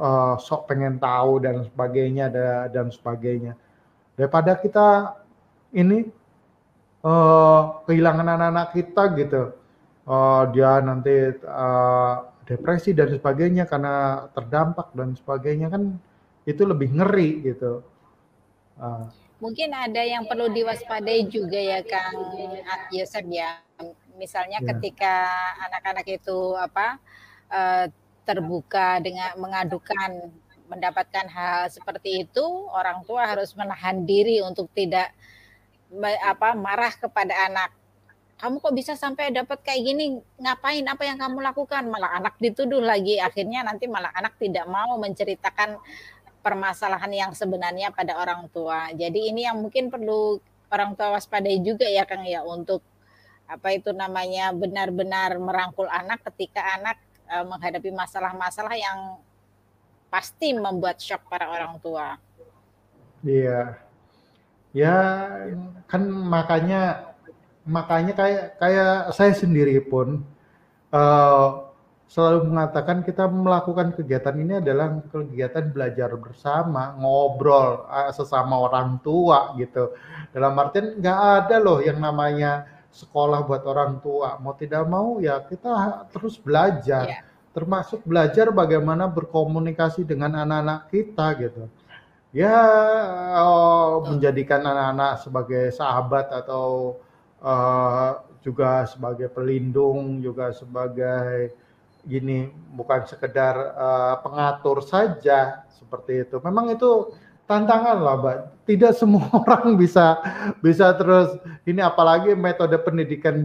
sok pengen tahu dan sebagainya. Daripada kita ini kehilangan anak-anak kita gitu. Dia nanti depresi dan sebagainya karena terdampak dan sebagainya, kan itu lebih ngeri gitu. Uh, Mungkin ada yang perlu diwaspadai juga ya Kang Yosep ya. Misalnya ya, ketika anak-anak itu eh, terbuka dengan mengadukan mendapatkan hal seperti itu, orang tua harus menahan diri untuk tidak marah kepada anak. Kamu kok bisa sampai dapat kayak gini? Ngapain? Apa yang kamu lakukan? Malah anak dituduh lagi. Akhirnya nanti malah anak tidak mau menceritakan permasalahan yang sebenarnya pada orang tua. Jadi ini yang mungkin perlu orang tua waspadai juga ya Kang ya, untuk benar-benar merangkul anak ketika anak menghadapi masalah-masalah yang pasti membuat shock para orang tua. iya, ya kan makanya makanya kayak kayak saya sendiri pun uh, selalu mengatakan kita melakukan kegiatan ini adalah kegiatan belajar bersama, ngobrol sesama orang tua gitu. Dalam artian nggak ada loh yang namanya sekolah buat orang tua. Mau tidak mau ya kita terus belajar, Ya, termasuk belajar bagaimana berkomunikasi dengan anak-anak kita gitu. Ya, betul. menjadikan anak-anak sebagai sahabat atau uh, juga sebagai pelindung, juga sebagai gini, bukan sekedar pengatur saja seperti itu. Memang itu tantangan lah, Mbak. Tidak semua orang bisa bisa terus ini, apalagi metode pendidikan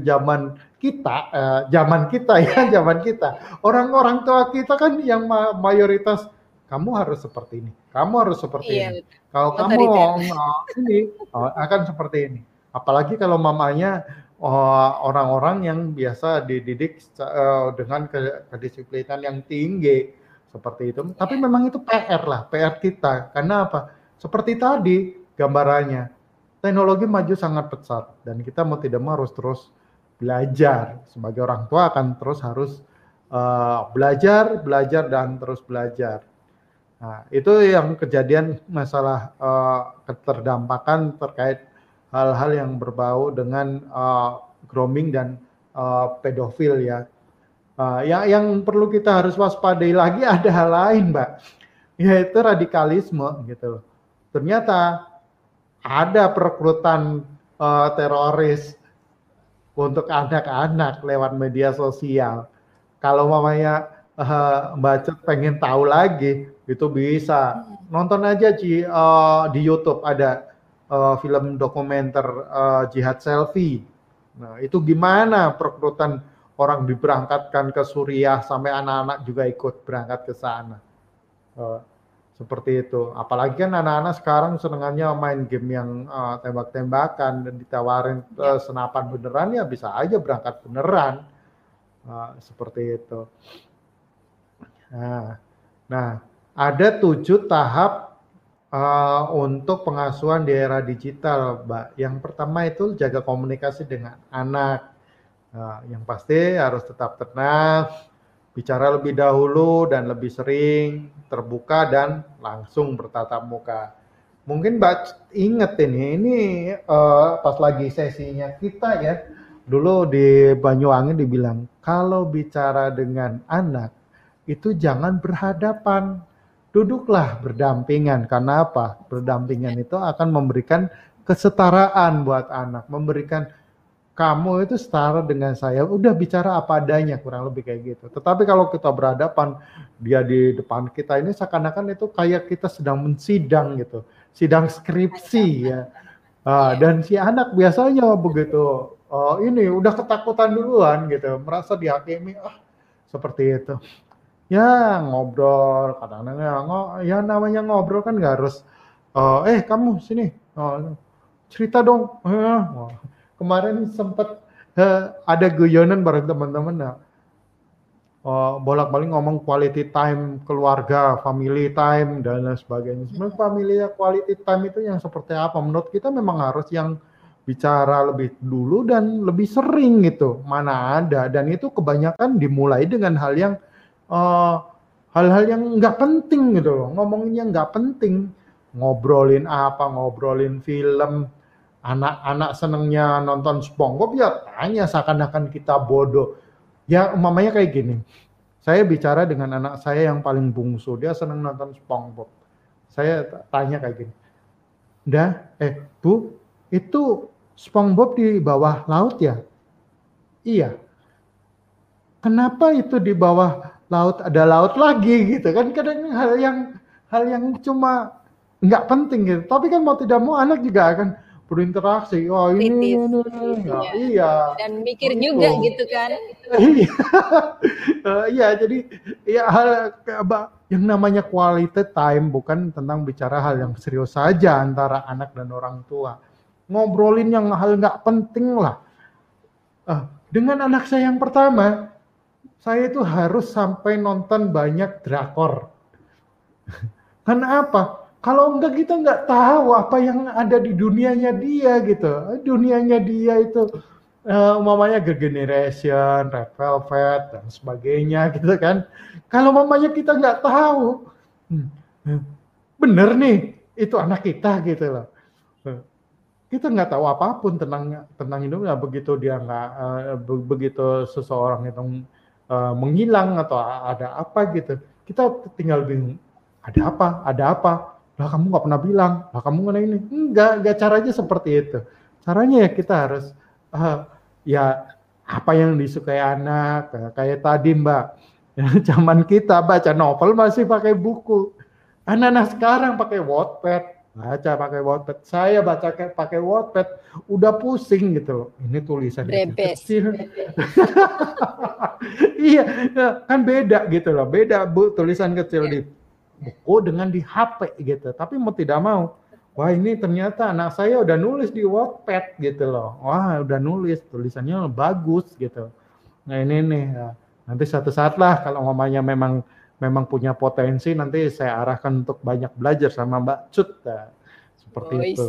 zaman kita ya, Ya, zaman kita. Orang-orang tua kita kan yang mayoritas kamu harus seperti ini, kamu harus seperti iya ini. betul. Kalau kamu Otoriter. ini akan seperti ini. Apalagi kalau mamanya orang-orang yang biasa dididik dengan kedisiplinan yang tinggi seperti itu. Tapi Ya, memang itu PR lah, PR kita. Karena apa? Seperti tadi gambarannya, teknologi maju sangat pesat dan kita mau tidak mau harus terus belajar. Sebagai orang tua akan terus harus belajar, belajar dan terus belajar. Nah, itu yang kejadian masalah keterdampakan terkait hal-hal yang berbau dengan grooming dan pedofil ya. Yang perlu kita harus waspadai lagi ada hal lain, Mbak, yaitu radikalisme gitu loh. Ternyata ada perekrutan teroris untuk anak-anak lewat media sosial. Kalau mamanya Mbak pengen tahu lagi, itu bisa nonton aja di YouTube ada film dokumenter jihad selfie. Nah, itu gimana perekrutan orang diberangkatkan ke Suriah sampai anak-anak juga ikut berangkat ke sana. Eh, Seperti itu. Apalagi kan anak-anak sekarang senengannya main game yang tembak-tembakan dan ditawarin ya. senapan beneran, ya bisa aja berangkat beneran. Seperti itu. Nah, nah, ada 7 tahap untuk pengasuhan di era digital, Mbak. Yang pertama itu jaga komunikasi dengan anak. Nah, yang pasti harus tetap tenang, bicara lebih dahulu dan lebih sering, terbuka dan langsung bertatap muka. Mungkin Mbak inget ini pas lagi sesinya kita ya, dulu di Banyuwangi dibilang, kalau bicara dengan anak, itu jangan berhadapan, duduklah berdampingan. Karena apa? Berdampingan itu akan memberikan kesetaraan buat anak, memberikan kamu itu setara dengan saya, udah bicara apa adanya, kurang lebih kayak gitu. Tetapi kalau kita berhadapan, dia di depan kita ini seakan-akan itu kayak kita sedang mensidang gitu, sidang skripsi ya. Iya. Dan si anak biasanya begitu, ini udah ketakutan duluan gitu, merasa dihakimi, seperti itu. Ya ngobrol, kadang-kadang ya namanya ngobrol kan nggak harus, kamu sini, cerita dong. Kemarin sempat ada guyonan bareng teman-teman, nah, bolak-balik ngomong quality time keluarga, family time dan lain sebagainya. Sebenarnya family quality time itu yang seperti apa? Menurut kita memang harus yang bicara lebih dulu dan lebih sering gitu. Mana ada, dan itu kebanyakan dimulai dengan eh, hal-hal yang nggak penting gitu loh. Ngomongin yang nggak penting, ngobrolin apa, ngobrolin film, anak-anak senengnya nonton SpongeBob ya tanya seakan-akan kita bodoh. Ya umpamanya kayak gini. Saya bicara dengan anak saya yang paling bungsu, dia seneng nonton SpongeBob. Saya tanya kayak gini. Bu, itu SpongeBob di bawah laut ya? Iya. Kenapa itu di bawah laut ada laut lagi gitu kan? Kadang hal yang cuma nggak penting gitu. Tapi kan mau tidak mau anak juga akan berinteraksi. Oh ini, Kritis. ya, Iya. iya. Dan mikir Itu. juga gitu kan. Iya. Iya, jadi ya hal yang namanya quality time bukan tentang bicara hal yang serius saja antara anak dan orang tua. Ngobrolin yang hal nggak penting lah. Dengan anak saya yang pertama, saya itu harus sampai nonton banyak drakor. Karena apa? Kalau enggak kita nggak tahu apa yang ada di dunianya dia gitu. Dunianya dia itu umpamanya Girl Generation, Red Velvet dan sebagainya gitu kan. Kalau mamanya kita nggak tahu, bener nih itu anak kita gitu loh. Kita nggak tahu apapun tentang hidupnya. Begitu dia nggak begitu seseorang itu menghilang atau ada apa gitu, kita tinggal bingung. Ada apa? Lah kamu nggak pernah bilang. Lah kamu nggak ini. Enggak caranya seperti itu. Caranya ya kita harus ya apa yang disukai anak. Kayak tadi Mbak, zaman kita baca novel masih pakai buku. Anak-anak sekarang pakai Wattpad. Baca pakai Wattpad. Saya baca pakai Wattpad. Udah pusing gitu loh. Ini tulisan kecil-kecil. Iya, kan beda gitu loh. Beda tulisan kecil di buku dengan di HP gitu. Tapi mau tidak mau, wah ini ternyata anak saya udah nulis di Wattpad gitu loh. Wah udah nulis, tulisannya bagus gitu. Nah ini nih, nanti satu saat lah kalau mamanya memang punya potensi, nanti saya arahkan untuk banyak belajar sama Mbak Cut. Nah, seperti itu.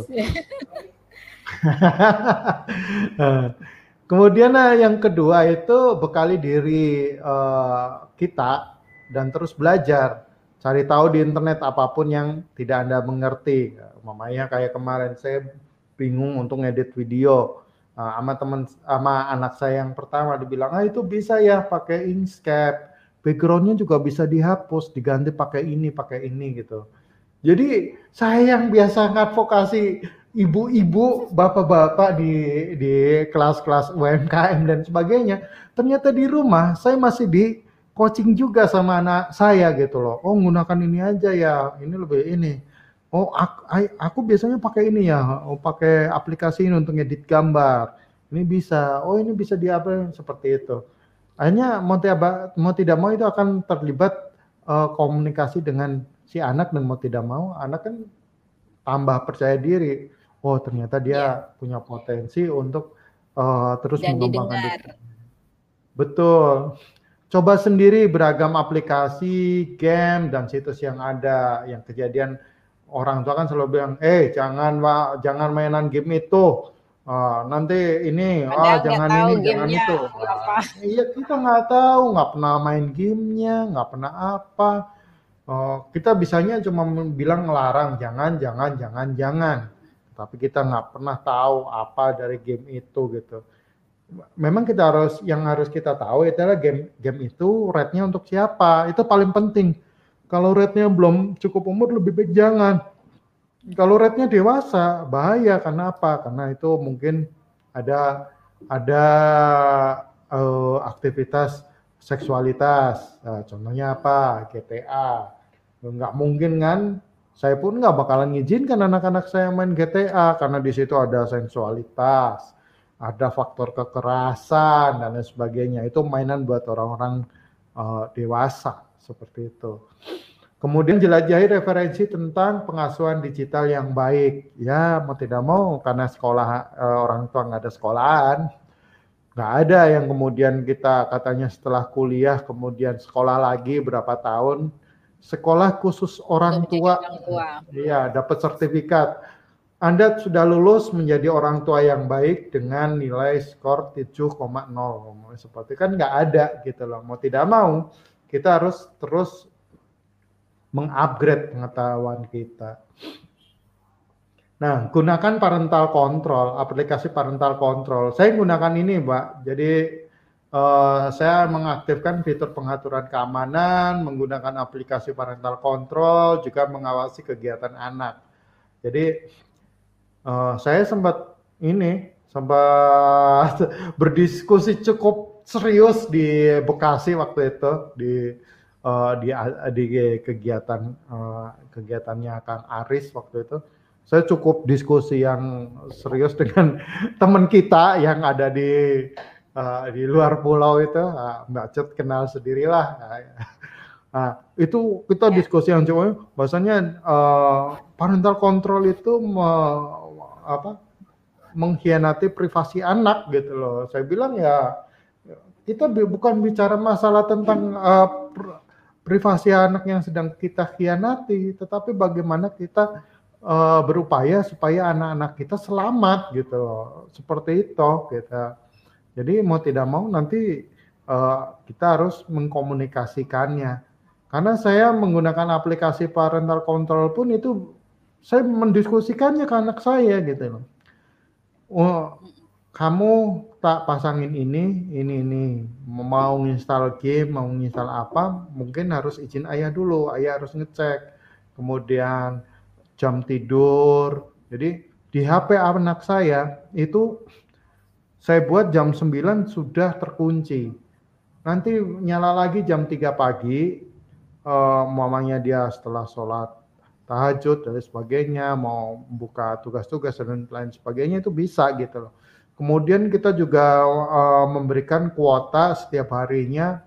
Kemudian yang kedua itu bekali diri kita dan terus belajar. Cari tahu di internet apapun yang tidak Anda mengerti. Mamanya kayak kemarin saya bingung untuk ngedit video. Sama anak saya yang pertama dibilang, itu bisa ya pakai Inkscape. Backgroundnya juga bisa dihapus, diganti pakai ini gitu. Jadi saya yang biasa ngadvokasi ibu-ibu, bapak-bapak di kelas-kelas UMKM dan sebagainya, ternyata di rumah saya masih di coaching juga sama anak saya gitu loh. Oh menggunakan ini aja ya, ini lebih ini. Oh aku biasanya pakai ini ya, pakai aplikasi ini untuk edit gambar. Ini bisa, oh ini bisa diapa seperti itu. Akhirnya mau tidak mau itu akan terlibat komunikasi dengan si anak, dan mau tidak mau anak kan tambah percaya diri. Oh ternyata dia punya potensi untuk terus dan mengembangkan diri. Betul. Coba sendiri beragam aplikasi, game, dan situs yang ada. Yang kejadian orang tua kan selalu bilang, jangan mainan game itu. Nanti ini, jangan ini, jangan itu. Iya, kita nggak tahu, nggak pernah main gamenya, nggak pernah apa. Kita bisanya cuma bilang ngelarang, jangan. Tapi kita nggak pernah tahu apa dari game itu gitu. Memang yang harus kita tahu adalah game itu rate-nya untuk siapa. Itu paling penting. Kalau rate-nya belum cukup umur, lebih baik jangan. Kalau rate-nya dewasa, bahaya. Karena apa? Karena itu mungkin ada aktivitas seksualitas. Contohnya apa? GTA. Nggak mungkin kan? Saya pun nggak bakalan ngizinkan anak-anak saya main GTA karena di situ ada sensualitas, ada faktor kekerasan dan lain sebagainya. Itu mainan buat orang-orang dewasa seperti itu. Kemudian jelajahi referensi tentang pengasuhan digital yang baik. Ya mau tidak mau karena sekolah orang tua nggak ada sekolahan, nggak ada yang kemudian kita katanya setelah kuliah kemudian sekolah lagi berapa tahun. Sekolah khusus orang tua. Iya, dapat sertifikat. Anda sudah lulus menjadi orang tua yang baik dengan nilai skor 7,0. Seperti kan nggak ada gitu loh. Mau tidak mau, kita harus terus mengupgrade pengetahuan kita. Nah, gunakan parental control, aplikasi parental control. Saya gunakan ini, Mbak. Jadi saya mengaktifkan fitur pengaturan keamanan, menggunakan aplikasi parental control, juga mengawasi kegiatan anak. Jadi saya sempat berdiskusi cukup serius di Bekasi waktu itu di kegiatan kegiatannya Kang Aris waktu itu. Saya cukup diskusi yang serius dengan teman kita yang ada di luar pulau itu, Mbak Cut kenal sendirilah. Nah, itu kita Ya. diskusi yang cukup, bahasanya parental control itu mengkhianati privasi anak gitu loh. Saya bilang ya kita bukan bicara masalah tentang privasi anak yang sedang kita khianati, tetapi bagaimana kita berupaya supaya anak-anak kita selamat gitu loh. Seperti itu gitu. Jadi mau tidak mau nanti kita harus mengkomunikasikannya. Karena saya menggunakan aplikasi parental control pun itu saya mendiskusikannya ke anak saya gitu loh. Oh, kamu tak pasangin ini. Mau install game, mau install apa, mungkin harus izin ayah dulu. Ayah harus ngecek. Kemudian jam tidur. Jadi di HP anak saya itu saya buat jam 9 sudah terkunci. Nanti nyala lagi jam 3 pagi, mamanya dia setelah sholat tahajud dan sebagainya, mau buka tugas-tugas dan lain sebagainya itu bisa gitu loh. Kemudian kita juga memberikan kuota setiap harinya,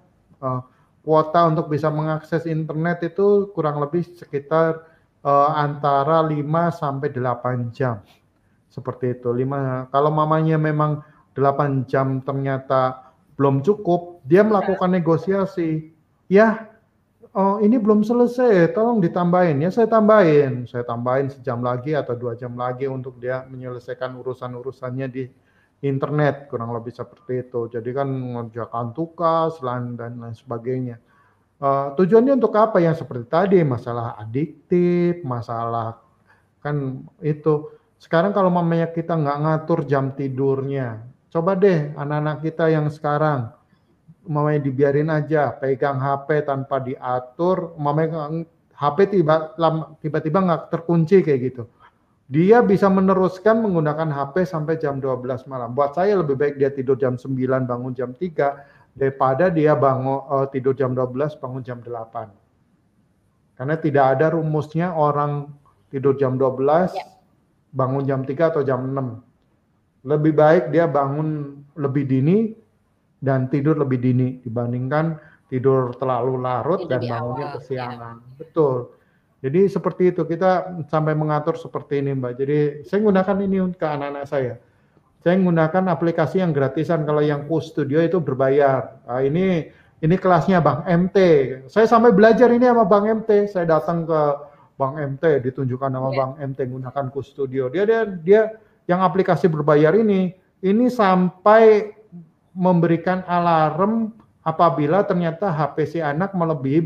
kuota untuk bisa mengakses internet itu kurang lebih sekitar antara 5 sampai 8 jam. Seperti itu. Kalau mamanya memang 8 jam ternyata belum cukup, dia melakukan negosiasi. Ya, oh ini belum selesai, tolong ditambahin. Ya saya tambahin sejam lagi atau 2 jam lagi untuk dia menyelesaikan urusan-urusannya di internet, kurang lebih seperti itu. Jadi kan mengerjakan tugas dan lain sebagainya. Tujuannya untuk apa? Yang seperti tadi, masalah adiktif, masalah kan itu. Sekarang kalau mamanya kita nggak ngatur jam tidurnya, coba deh anak-anak kita yang sekarang mamanya dibiarin aja pegang HP tanpa diatur, mamanya HP tiba-tiba nggak terkunci kayak gitu. Dia bisa meneruskan menggunakan HP sampai jam 12 malam. Buat saya lebih baik dia tidur jam 9 bangun jam 3 daripada dia tidur jam 12 bangun jam 8. Karena tidak ada rumusnya orang tidur jam 12 Ya. bangun jam 3 atau jam 6. Lebih baik dia bangun lebih dini dan tidur lebih dini dibandingkan tidur terlalu larut Tidur dan di bangunnya awal. Ya. kesiangan. Betul. Jadi seperti itu, kita sampai mengatur seperti ini Mbak. Jadi saya gunakan ini ke anak-anak saya. Saya menggunakan aplikasi yang gratisan, kalau yang Studio itu berbayar. Nah, ini kelasnya Bang MT. Saya sampai belajar ini sama Bang MT. Saya datang ke Bang MT, ditunjukkan nama Ya. Bang MT menggunakan Studio. Dia yang aplikasi berbayar ini sampai memberikan alarm apabila ternyata HP si anak melebihi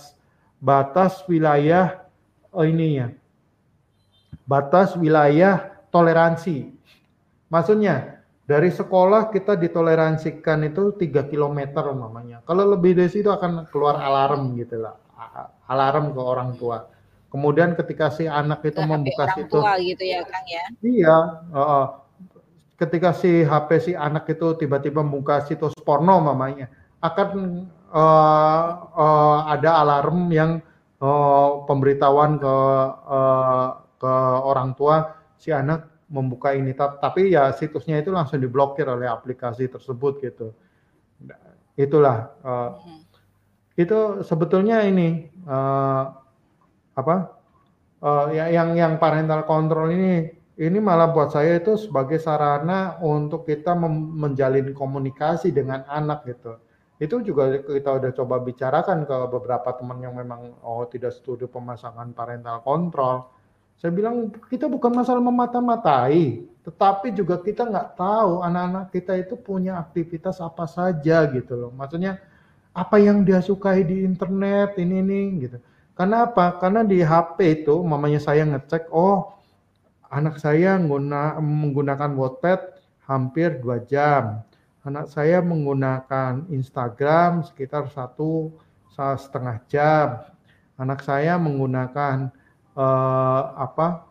batas wilayah batas wilayah toleransi. Maksudnya dari sekolah kita ditoleransikan itu 3 kilometer umpamanya. Kalau lebih dari situ akan keluar alarm gitu lah. Alarm ke orang tua. Kemudian ketika si anak itu Ke HP membuka orang situs, tua gitu ya Kang ya. iya, ketika si HP si anak itu tiba-tiba membuka situs porno mamanya, akan ada alarm yang pemberitahuan ke orang tua si anak membuka ini. Tapi ya situsnya itu langsung diblokir oleh aplikasi tersebut gitu. Itulah itu sebetulnya ini yang parental control ini malah buat saya itu sebagai sarana untuk kita menjalin komunikasi dengan anak gitu. Itu juga kita udah coba bicarakan ke beberapa teman yang memang tidak setuju pemasangan parental control. Saya bilang kita bukan masalah memata-matai, tetapi juga kita nggak tahu anak-anak kita itu punya aktivitas apa saja gitu loh. Maksudnya apa yang dia sukai di internet ini gitu. Karena apa? Karena di HP itu mamanya saya ngecek, anak saya menggunakan Wattpad hampir 2 jam. Anak saya menggunakan Instagram sekitar 1,5 jam. Anak saya menggunakan apa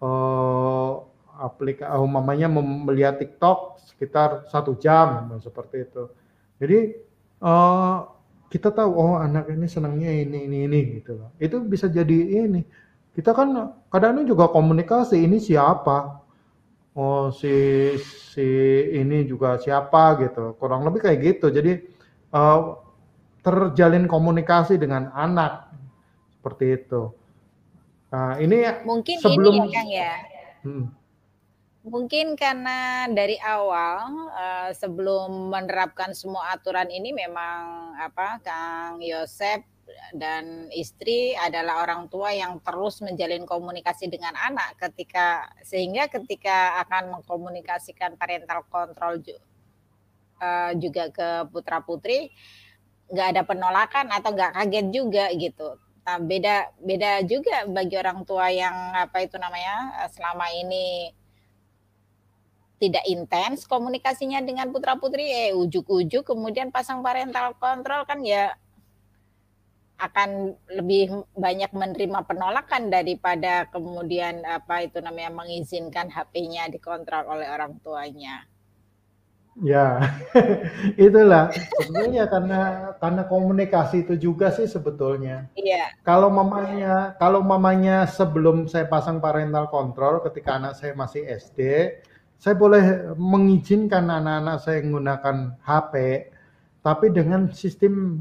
umpamanya melihat TikTok sekitar 1 jam seperti itu. Jadi kita tahu oh anak ini senangnya ini gitu loh. Itu bisa jadi ini. Kita kan kadang-kadang juga komunikasi ini siapa? Oh si ini juga siapa gitu. Kurang lebih kayak gitu. Jadi terjalin komunikasi dengan anak seperti itu. Nah, ini Mungkin ini sebelum ya Kang ya. Mungkin karena dari awal sebelum menerapkan semua aturan ini memang Kang Yosep dan istri adalah orang tua yang terus menjalin komunikasi dengan anak sehingga ketika akan mengkomunikasikan parental control juga ke putra putri nggak ada penolakan atau nggak kaget juga gitu. Nah, beda juga bagi orang tua yang selama ini tidak intens komunikasinya dengan putra putri, ujuk-ujuk kemudian pasang parental control kan ya akan lebih banyak menerima penolakan daripada kemudian mengizinkan HP-nya dikontrol oleh orang tuanya. Ya, itulah sebenarnya karena komunikasi itu juga sih sebetulnya. Iya. Kalau mamanya sebelum saya pasang parental control ketika anak saya masih SD, saya boleh mengizinkan anak-anak saya menggunakan HP, tapi dengan sistem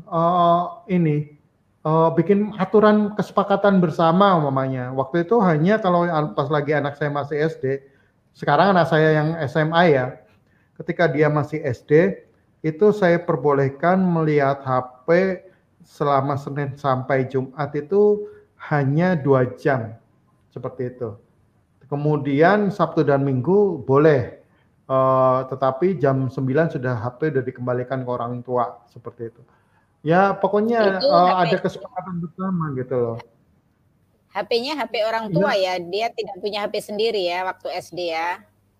bikin aturan kesepakatan bersama mamanya. Waktu itu hanya kalau pas lagi anak saya masih SD, sekarang anak saya yang SMA ya. Ketika dia masih SD, itu saya perbolehkan melihat HP selama Senin sampai Jumat itu hanya 2 jam, seperti itu. Kemudian Sabtu dan Minggu boleh, tetapi jam 9 sudah HP sudah dikembalikan ke orang tua, seperti itu. Ya pokoknya ada kesepakatan bersama gitu loh. HP-nya HP orang tua ya, dia tidak punya HP sendiri ya waktu SD ya.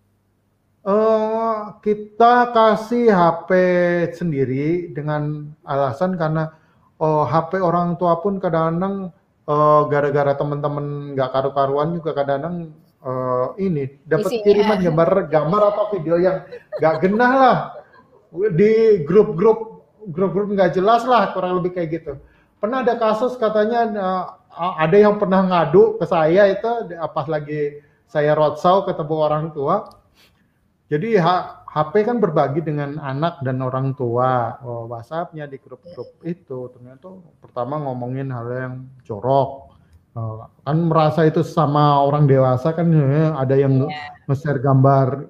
Kita kasih HP sendiri dengan alasan karena HP orang tua pun kadang-kadang gara-gara teman-teman nggak karu-karuan juga kadang-kadang ini dapat kiriman gambar atau video yang nggak genah lah di grup-grup nggak jelas lah, kurang lebih kayak gitu. Pernah ada kasus katanya ada yang pernah ngadu ke saya itu pas lagi saya roadshow ketemu orang tua. Jadi HP kan berbagi dengan anak dan orang tua. WhatsApp-nya di grup-grup itu ternyata pertama ngomongin hal yang jorok. Kan merasa itu sama orang dewasa kan ada yang nge-share gambar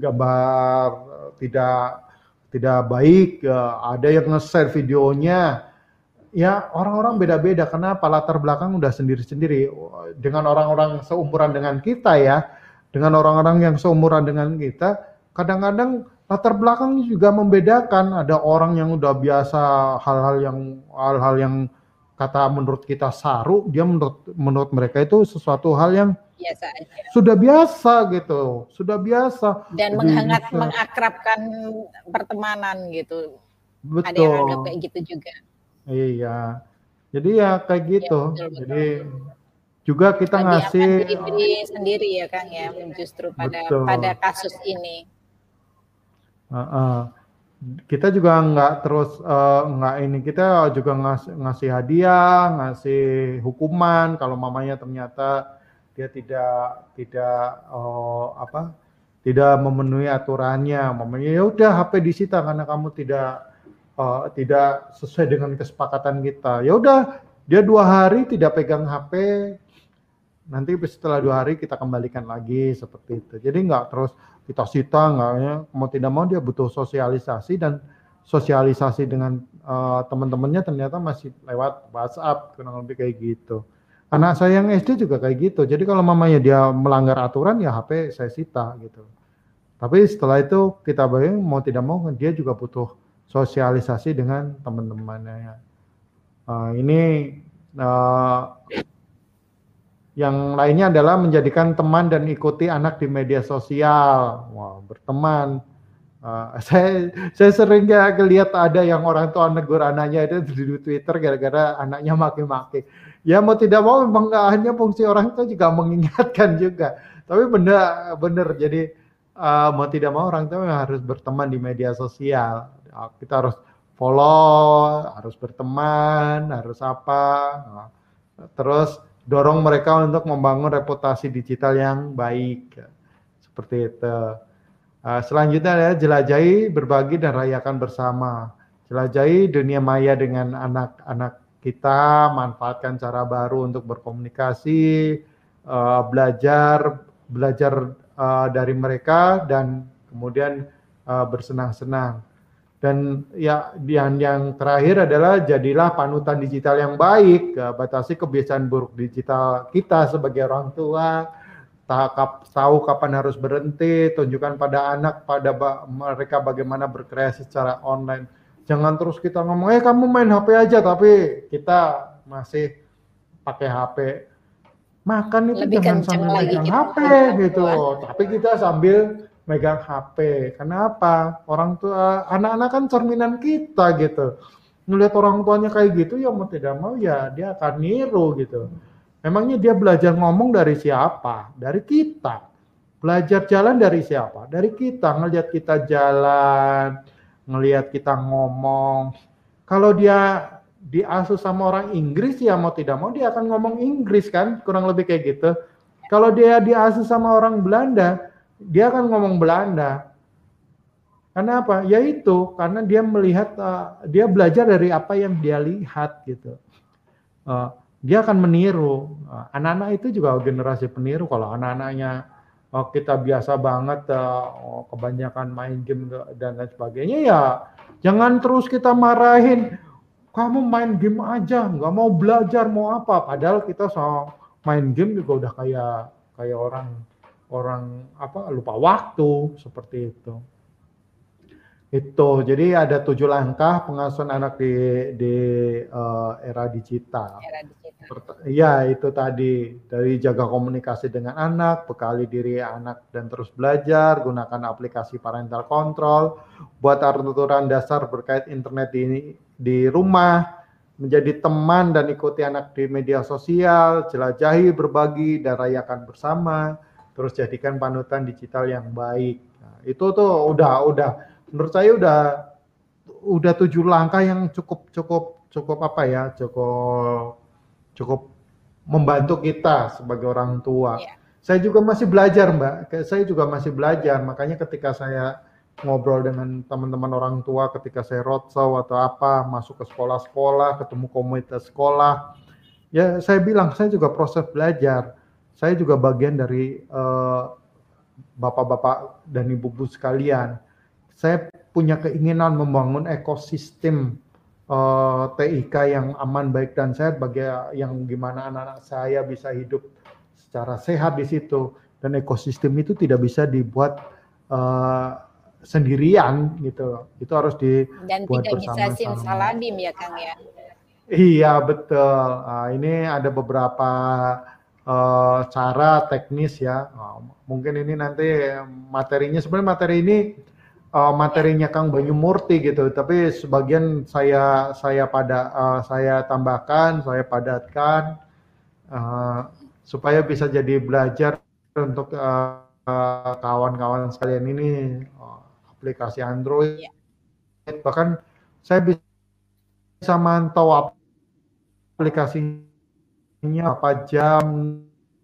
tidak baik, ada yang nge-share videonya. Ya orang-orang beda-beda karena latar belakang udah sendiri-sendiri. Dengan orang-orang seumuran dengan kita ya, dengan orang-orang yang seumuran dengan kita, kadang-kadang latar belakang juga membedakan. Ada orang yang udah biasa hal-hal yang kata menurut kita saru, dia menurut mereka itu sesuatu hal yang biasa aja. Sudah biasa gitu, sudah biasa. Dan mengakrabkan pertemanan gitu. Betul. Ada yang anggap kayak gitu juga. Iya. Jadi ya kayak gitu. Ya, betul. Jadi juga kita ngasih diri sendiri ya Kang ya, justru pada kasus ini. Kita juga kita juga ngasih hadiah, ngasih hukuman kalau mamanya ternyata dia tidak memenuhi aturannya. Mamanya ya udah HP disita karena kamu tidak sesuai dengan kesepakatan kita. Ya udah, dia 2 hari tidak pegang HP, nanti setelah 2 hari kita kembalikan lagi seperti itu. Jadi nggak terus kita sita, nggak ya, mau tidak mau dia butuh sosialisasi dan sosialisasi dengan teman-temannya ternyata masih lewat WhatsApp, kurang lebih kayak gitu. Anak saya yang SD juga kayak gitu. Jadi kalau mamanya dia melanggar aturan ya HP saya sita gitu. Tapi setelah itu kita bayang mau tidak mau dia juga butuh sosialisasi dengan teman-temannya. Ini Yang lainnya adalah menjadikan teman dan ikuti anak di media sosial. Wah, berteman. Saya sering ya lihat ada yang orang tua negur anaknya itu di Twitter gara-gara anaknya maki-maki. Ya mau tidak mau memang nggak hanya fungsi orang tua juga mengingatkan juga. Tapi benar jadi mau tidak mau orang tua harus berteman di media sosial. Kita harus follow, harus berteman, harus apa. Terus dorong mereka untuk membangun reputasi digital yang baik. Seperti itu. Selanjutnya adalah jelajahi, berbagi, dan rayakan bersama. Jelajahi dunia maya dengan anak-anak kita, manfaatkan cara baru untuk berkomunikasi, belajar dari mereka, dan kemudian bersenang-senang. Dan ya, yang terakhir adalah jadilah panutan digital yang baik, batasi kebiasaan buruk digital kita sebagai orang tua, tahu kapan harus berhenti, tunjukkan pada anak, pada mereka bagaimana berkreasi secara online. Jangan terus kita ngomong, kamu main HP aja, tapi kita masih pakai HP. Makan itu Lebih jangan kenceng sambil lagi megang kita HP gitu, tapi kita sambil megang HP. Kenapa? Orang tua, anak-anak kan cerminan kita gitu. Ngelihat orang tuanya kayak gitu, ya mau tidak mau ya dia akan niru gitu. Memangnya dia belajar ngomong dari siapa? Dari kita. Belajar jalan dari siapa? Dari kita. Ngelihat kita jalan, ngelihat kita ngomong. Kalau dia diasuh sama orang Inggris, ya mau tidak mau dia akan ngomong Inggris kan, kurang lebih kayak gitu. Kalau dia diasuh sama orang Belanda, dia akan ngomong Belanda. Karena apa? Ya itu, karena dia melihat, dia belajar dari apa yang dia lihat gitu. Dia akan meniru. Anak-anak itu juga generasi peniru. Kalau anak-anaknya kita biasa banget kebanyakan main game dan lain sebagainya, ya jangan terus kita marahin. Kamu main game aja, nggak mau belajar, mau apa? Padahal kita sama main game juga udah kayak orang apa lupa waktu seperti itu. Itu jadi ada 7 langkah pengasuhan anak di era digital. era digital. Ya itu tadi, dari jaga komunikasi dengan anak, bekali diri anak dan terus belajar, gunakan aplikasi parental control, buat aturan dasar berkait internet di rumah, menjadi teman dan ikuti anak di media sosial, jelajahi, berbagi, dan rayakan bersama, terus jadikan panutan digital yang baik. Nah, itu tuh udah menurut saya udah 7 langkah yang cukup apa ya, cukup membantu kita sebagai orang tua. Yeah. Saya juga masih belajar, Mbak. Saya juga masih belajar. Makanya ketika saya ngobrol dengan teman-teman orang tua, ketika saya roadshow atau apa, masuk ke sekolah-sekolah, ketemu komunitas sekolah, ya saya bilang saya juga proses belajar. Saya juga bagian dari bapak-bapak dan ibu-ibu sekalian. Saya punya keinginan membangun ekosistem TIK yang aman, baik dan sehat, bagi yang gimana anak-anak saya bisa hidup secara sehat di situ, dan ekosistem itu tidak bisa dibuat sendirian gitu, itu harus dibuat dan tidak bersama-sama. Bisa simsalabim ya Kang ya. Iya betul. Ini ada beberapa cara teknis ya. Mungkin ini nanti materinya, sebenarnya materi ini materinya Kang Banyumurti gitu, tapi sebagian saya tambahkan, saya padatkan supaya bisa jadi belajar untuk kawan-kawan sekalian ini, aplikasi Android. Bahkan saya bisa mantau aplikasinya apa jam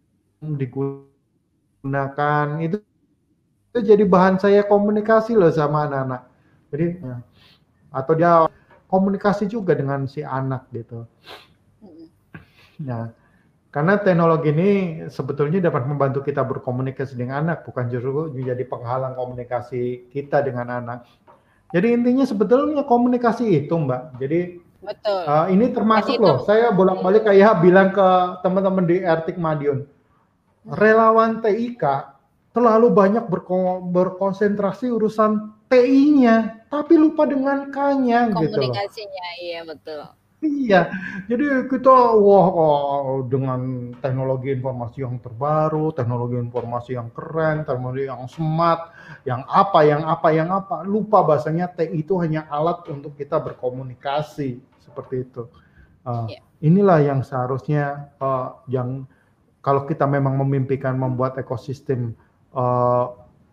digunakan, itu jadi bahan saya komunikasi loh sama anak-anak. Jadi atau dia komunikasi juga dengan si anak gitu. Nah, karena teknologi ini sebetulnya dapat membantu kita berkomunikasi dengan anak, bukan justru menjadi penghalang komunikasi kita dengan anak. Jadi intinya sebetulnya komunikasi itu, Mbak. Jadi betul. Ini termasuk loh, saya bolak-balik kayak bilang ke teman-teman di Ertik Madiun, relawan TIK terlalu banyak berkonsentrasi urusan TI-nya, tapi lupa dengan K-nya gitu loh. Komunikasinya, iya betul. Iya, jadi kita wah, dengan teknologi informasi yang terbaru, teknologi informasi yang keren, teknologi yang smart, yang apa, lupa bahasanya teh itu hanya alat untuk kita berkomunikasi seperti itu. Ya, Inilah yang seharusnya yang kalau kita memang memimpikan membuat ekosistem eh,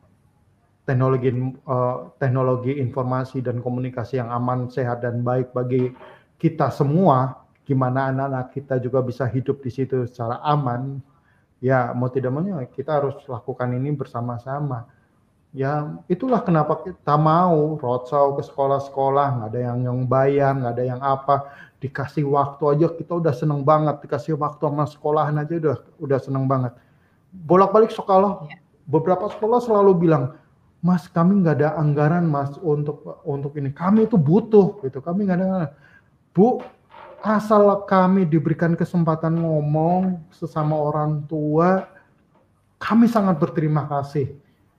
teknologi informasi dan komunikasi yang aman, sehat dan baik bagi kita semua, gimana anak-anak kita juga bisa hidup di situ secara aman, ya mau tidak mau kita harus lakukan ini bersama-sama. Ya itulah kenapa kita mau roadshow ke sekolah-sekolah, nggak ada yang bayar, nggak ada yang apa, dikasih waktu aja kita udah seneng banget, dikasih waktu sama sekolahan aja udah seneng banget. Bolak-balik sekolah, ya. beberapa sekolah selalu bilang, Mas kami nggak ada anggaran Mas untuk ini, kami itu butuh gitu, kami nggak ada anggaran. Bu, asal kami diberikan kesempatan ngomong sesama orang tua, kami sangat berterima kasih.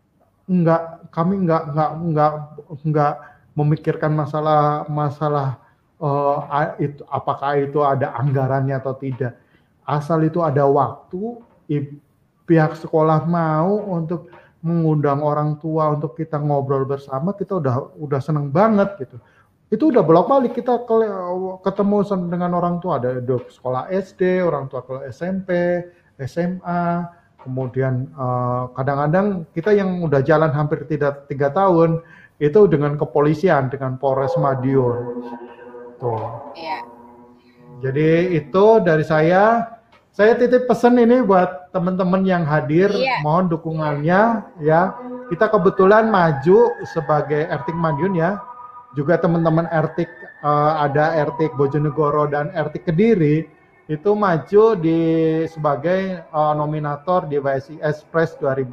Kami nggak memikirkan masalah itu apakah itu ada anggarannya atau tidak. Asal itu ada waktu, pihak sekolah mau untuk mengundang orang tua untuk kita ngobrol bersama, kita udah seneng banget gitu. Itu udah bolak-balik kita ketemu dengan orang tua, ada sekolah SD, orang tua ke SMP, SMA, kemudian kadang-kadang kita yang udah jalan hampir tidak 3 tahun itu dengan kepolisian, dengan Polres Madiun. Tuh. Iya. Jadi itu dari saya. Saya titip pesan ini buat teman-teman yang hadir, Iya. mohon dukungannya ya. Kita kebetulan maju sebagai Ertik Madiun ya. Juga teman-teman Ertik ada Ertik Bojonegoro dan Ertik Kediri itu maju sebagai nominator di YSIS Press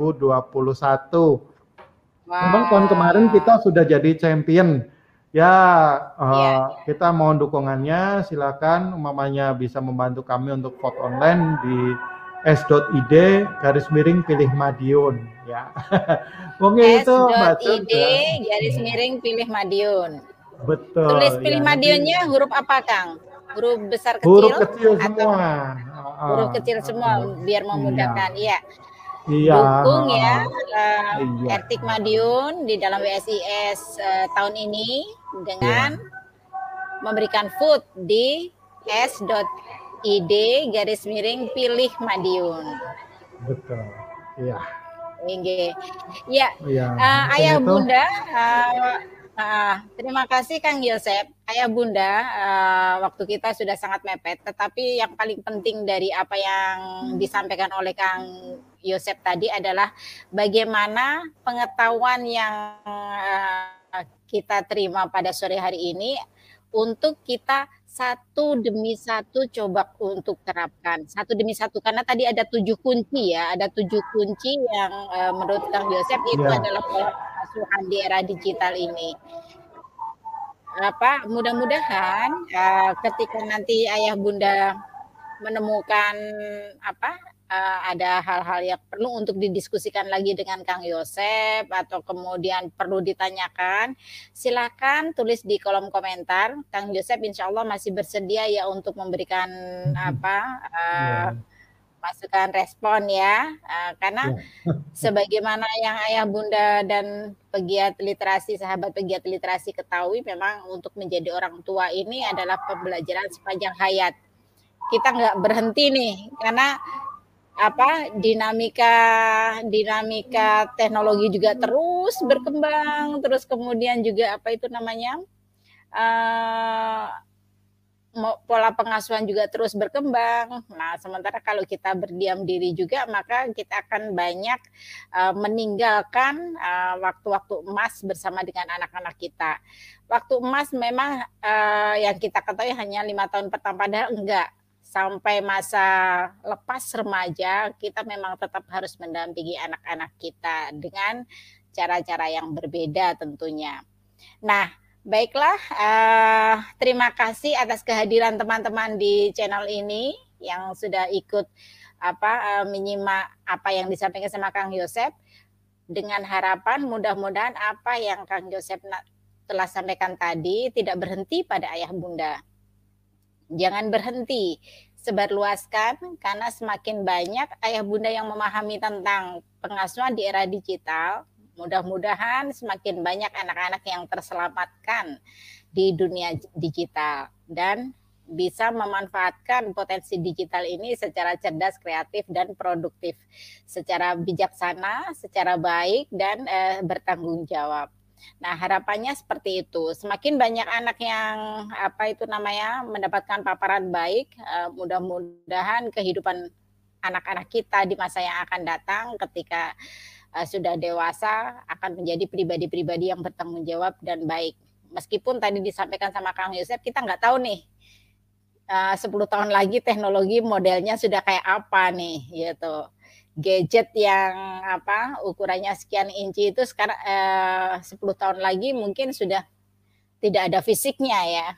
2021. Memang tahun kemarin Wah. kita sudah jadi champion. Ya, Iya. kita mohon dukungannya. Silakan umpamanya bisa membantu kami untuk vote online di s.id garis miring pilih Madiun ya. Mungkin itu Mbak Tun S.id ya. garis miring pilih Madiun. Tulis Betul pilih ya. Nanti Madiunnya huruf apa, Kang? Huruf besar huruf kecil kecil atau semua. huruf kecil semua biar Iya. memudahkan? Iya. Iya. Dukung ya Iya. Ertik Madiun di dalam WSIS tahun ini dengan Iya. memberikan vote di s.id garis miring pilih Madiun. Betul. Iya. Oke. Ya, Iya. Mungkin Ayah itu. Bunda, terima kasih Kang Yosep. Ayah Bunda, waktu kita sudah sangat mepet, tetapi yang paling penting dari apa yang disampaikan oleh Kang Yosep tadi adalah bagaimana pengetahuan yang kita terima pada sore hari ini untuk kita satu demi satu coba untuk terapkan. Satu demi satu, karena tadi ada 7 kunci ya, ada 7 kunci yang menurut Kang Yosep itu Iya. adalah pola pengasuhan di era digital ini. Mudah-mudahan ketika nanti ayah bunda menemukan ada hal-hal yang perlu untuk didiskusikan lagi dengan Kang Yosep atau kemudian perlu ditanyakan, silakan tulis di kolom komentar. Kang Yosep insya Allah masih bersedia ya untuk memberikan Iya. masukan respon ya, karena Iya. sebagaimana yang ayah bunda dan pegiat literasi, sahabat pegiat literasi ketahui, memang untuk menjadi orang tua ini adalah pembelajaran sepanjang hayat. Kita nggak berhenti nih, karena dinamika teknologi juga terus berkembang, terus kemudian juga uh, pola pengasuhan juga terus berkembang. Nah, sementara kalau kita berdiam diri juga, maka kita akan banyak meninggalkan waktu-waktu emas bersama dengan anak-anak kita. Waktu emas memang yang kita ketahui hanya 5 tahun pertama, padahal enggak. Sampai masa lepas remaja, kita memang tetap harus mendampingi anak-anak kita dengan cara-cara yang berbeda tentunya. Nah, baiklah, terima kasih atas kehadiran teman-teman di channel ini yang sudah ikut menyimak apa yang disampaikan sama Kang Yosep. Dengan harapan mudah-mudahan apa yang Kang Yosep telah sampaikan tadi tidak berhenti pada ayah bunda. Jangan berhenti, sebarluaskan, karena semakin banyak ayah bunda yang memahami tentang pengasuhan di era digital, mudah-mudahan semakin banyak anak-anak yang terselamatkan di dunia digital dan bisa memanfaatkan potensi digital ini secara cerdas, kreatif, dan produktif, secara bijaksana, secara baik, dan bertanggung jawab. Nah, harapannya seperti itu. Semakin banyak anak yang apa itu namanya mendapatkan paparan baik, mudah-mudahan kehidupan anak-anak kita di masa yang akan datang ketika sudah dewasa akan menjadi pribadi-pribadi yang bertanggung jawab dan baik. Meskipun tadi disampaikan sama Kang Yosef, kita nggak tahu nih 10 tahun lagi teknologi modelnya sudah kayak apa nih gitu. Gadget yang apa ukurannya sekian inci itu sekarang 10 tahun lagi mungkin sudah tidak ada fisiknya ya.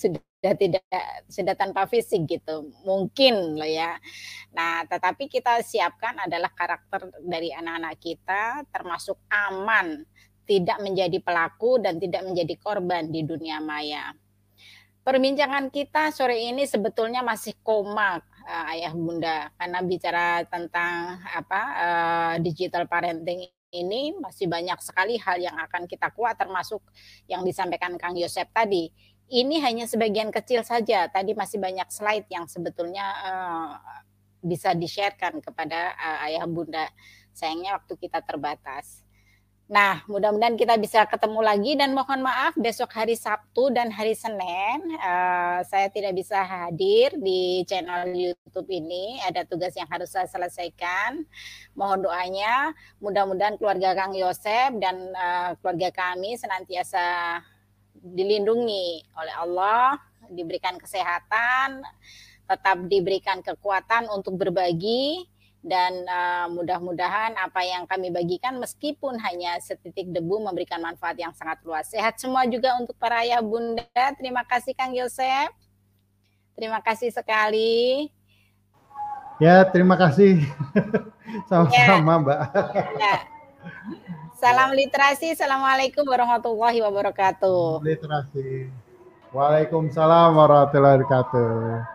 Sudah tanpa fisik gitu. Mungkin loh ya. Nah, tetapi kita siapkan adalah karakter dari anak-anak kita termasuk aman, tidak menjadi pelaku dan tidak menjadi korban di dunia maya. Perbincangan kita sore ini sebetulnya masih koma, ayah bunda, karena bicara tentang apa digital parenting ini masih banyak sekali hal yang akan kita kuat, termasuk yang disampaikan Kang Yosep tadi. Ini hanya sebagian kecil saja. Tadi masih banyak slide yang sebetulnya bisa di-sharekan kepada ayah bunda. Sayangnya waktu kita terbatas. Nah, mudah-mudahan kita bisa ketemu lagi dan mohon maaf besok hari Sabtu dan hari Senin saya tidak bisa hadir di channel YouTube ini. Ada tugas yang harus saya selesaikan. Mohon doanya, mudah-mudahan keluarga Kang Yosep dan keluarga kami senantiasa dilindungi oleh Allah, diberikan kesehatan, tetap diberikan kekuatan untuk berbagi, dan mudah-mudahan apa yang kami bagikan meskipun hanya setitik debu memberikan manfaat yang sangat luas. Sehat semua juga untuk para ayah bunda. Terima kasih Kang Yosep. Terima kasih sekali. Ya, terima kasih. Sama-sama, Mbak. Ya. Salam literasi. Assalamualaikum warahmatullahi wabarakatuh. Literasi. Waalaikumsalam warahmatullahi wabarakatuh.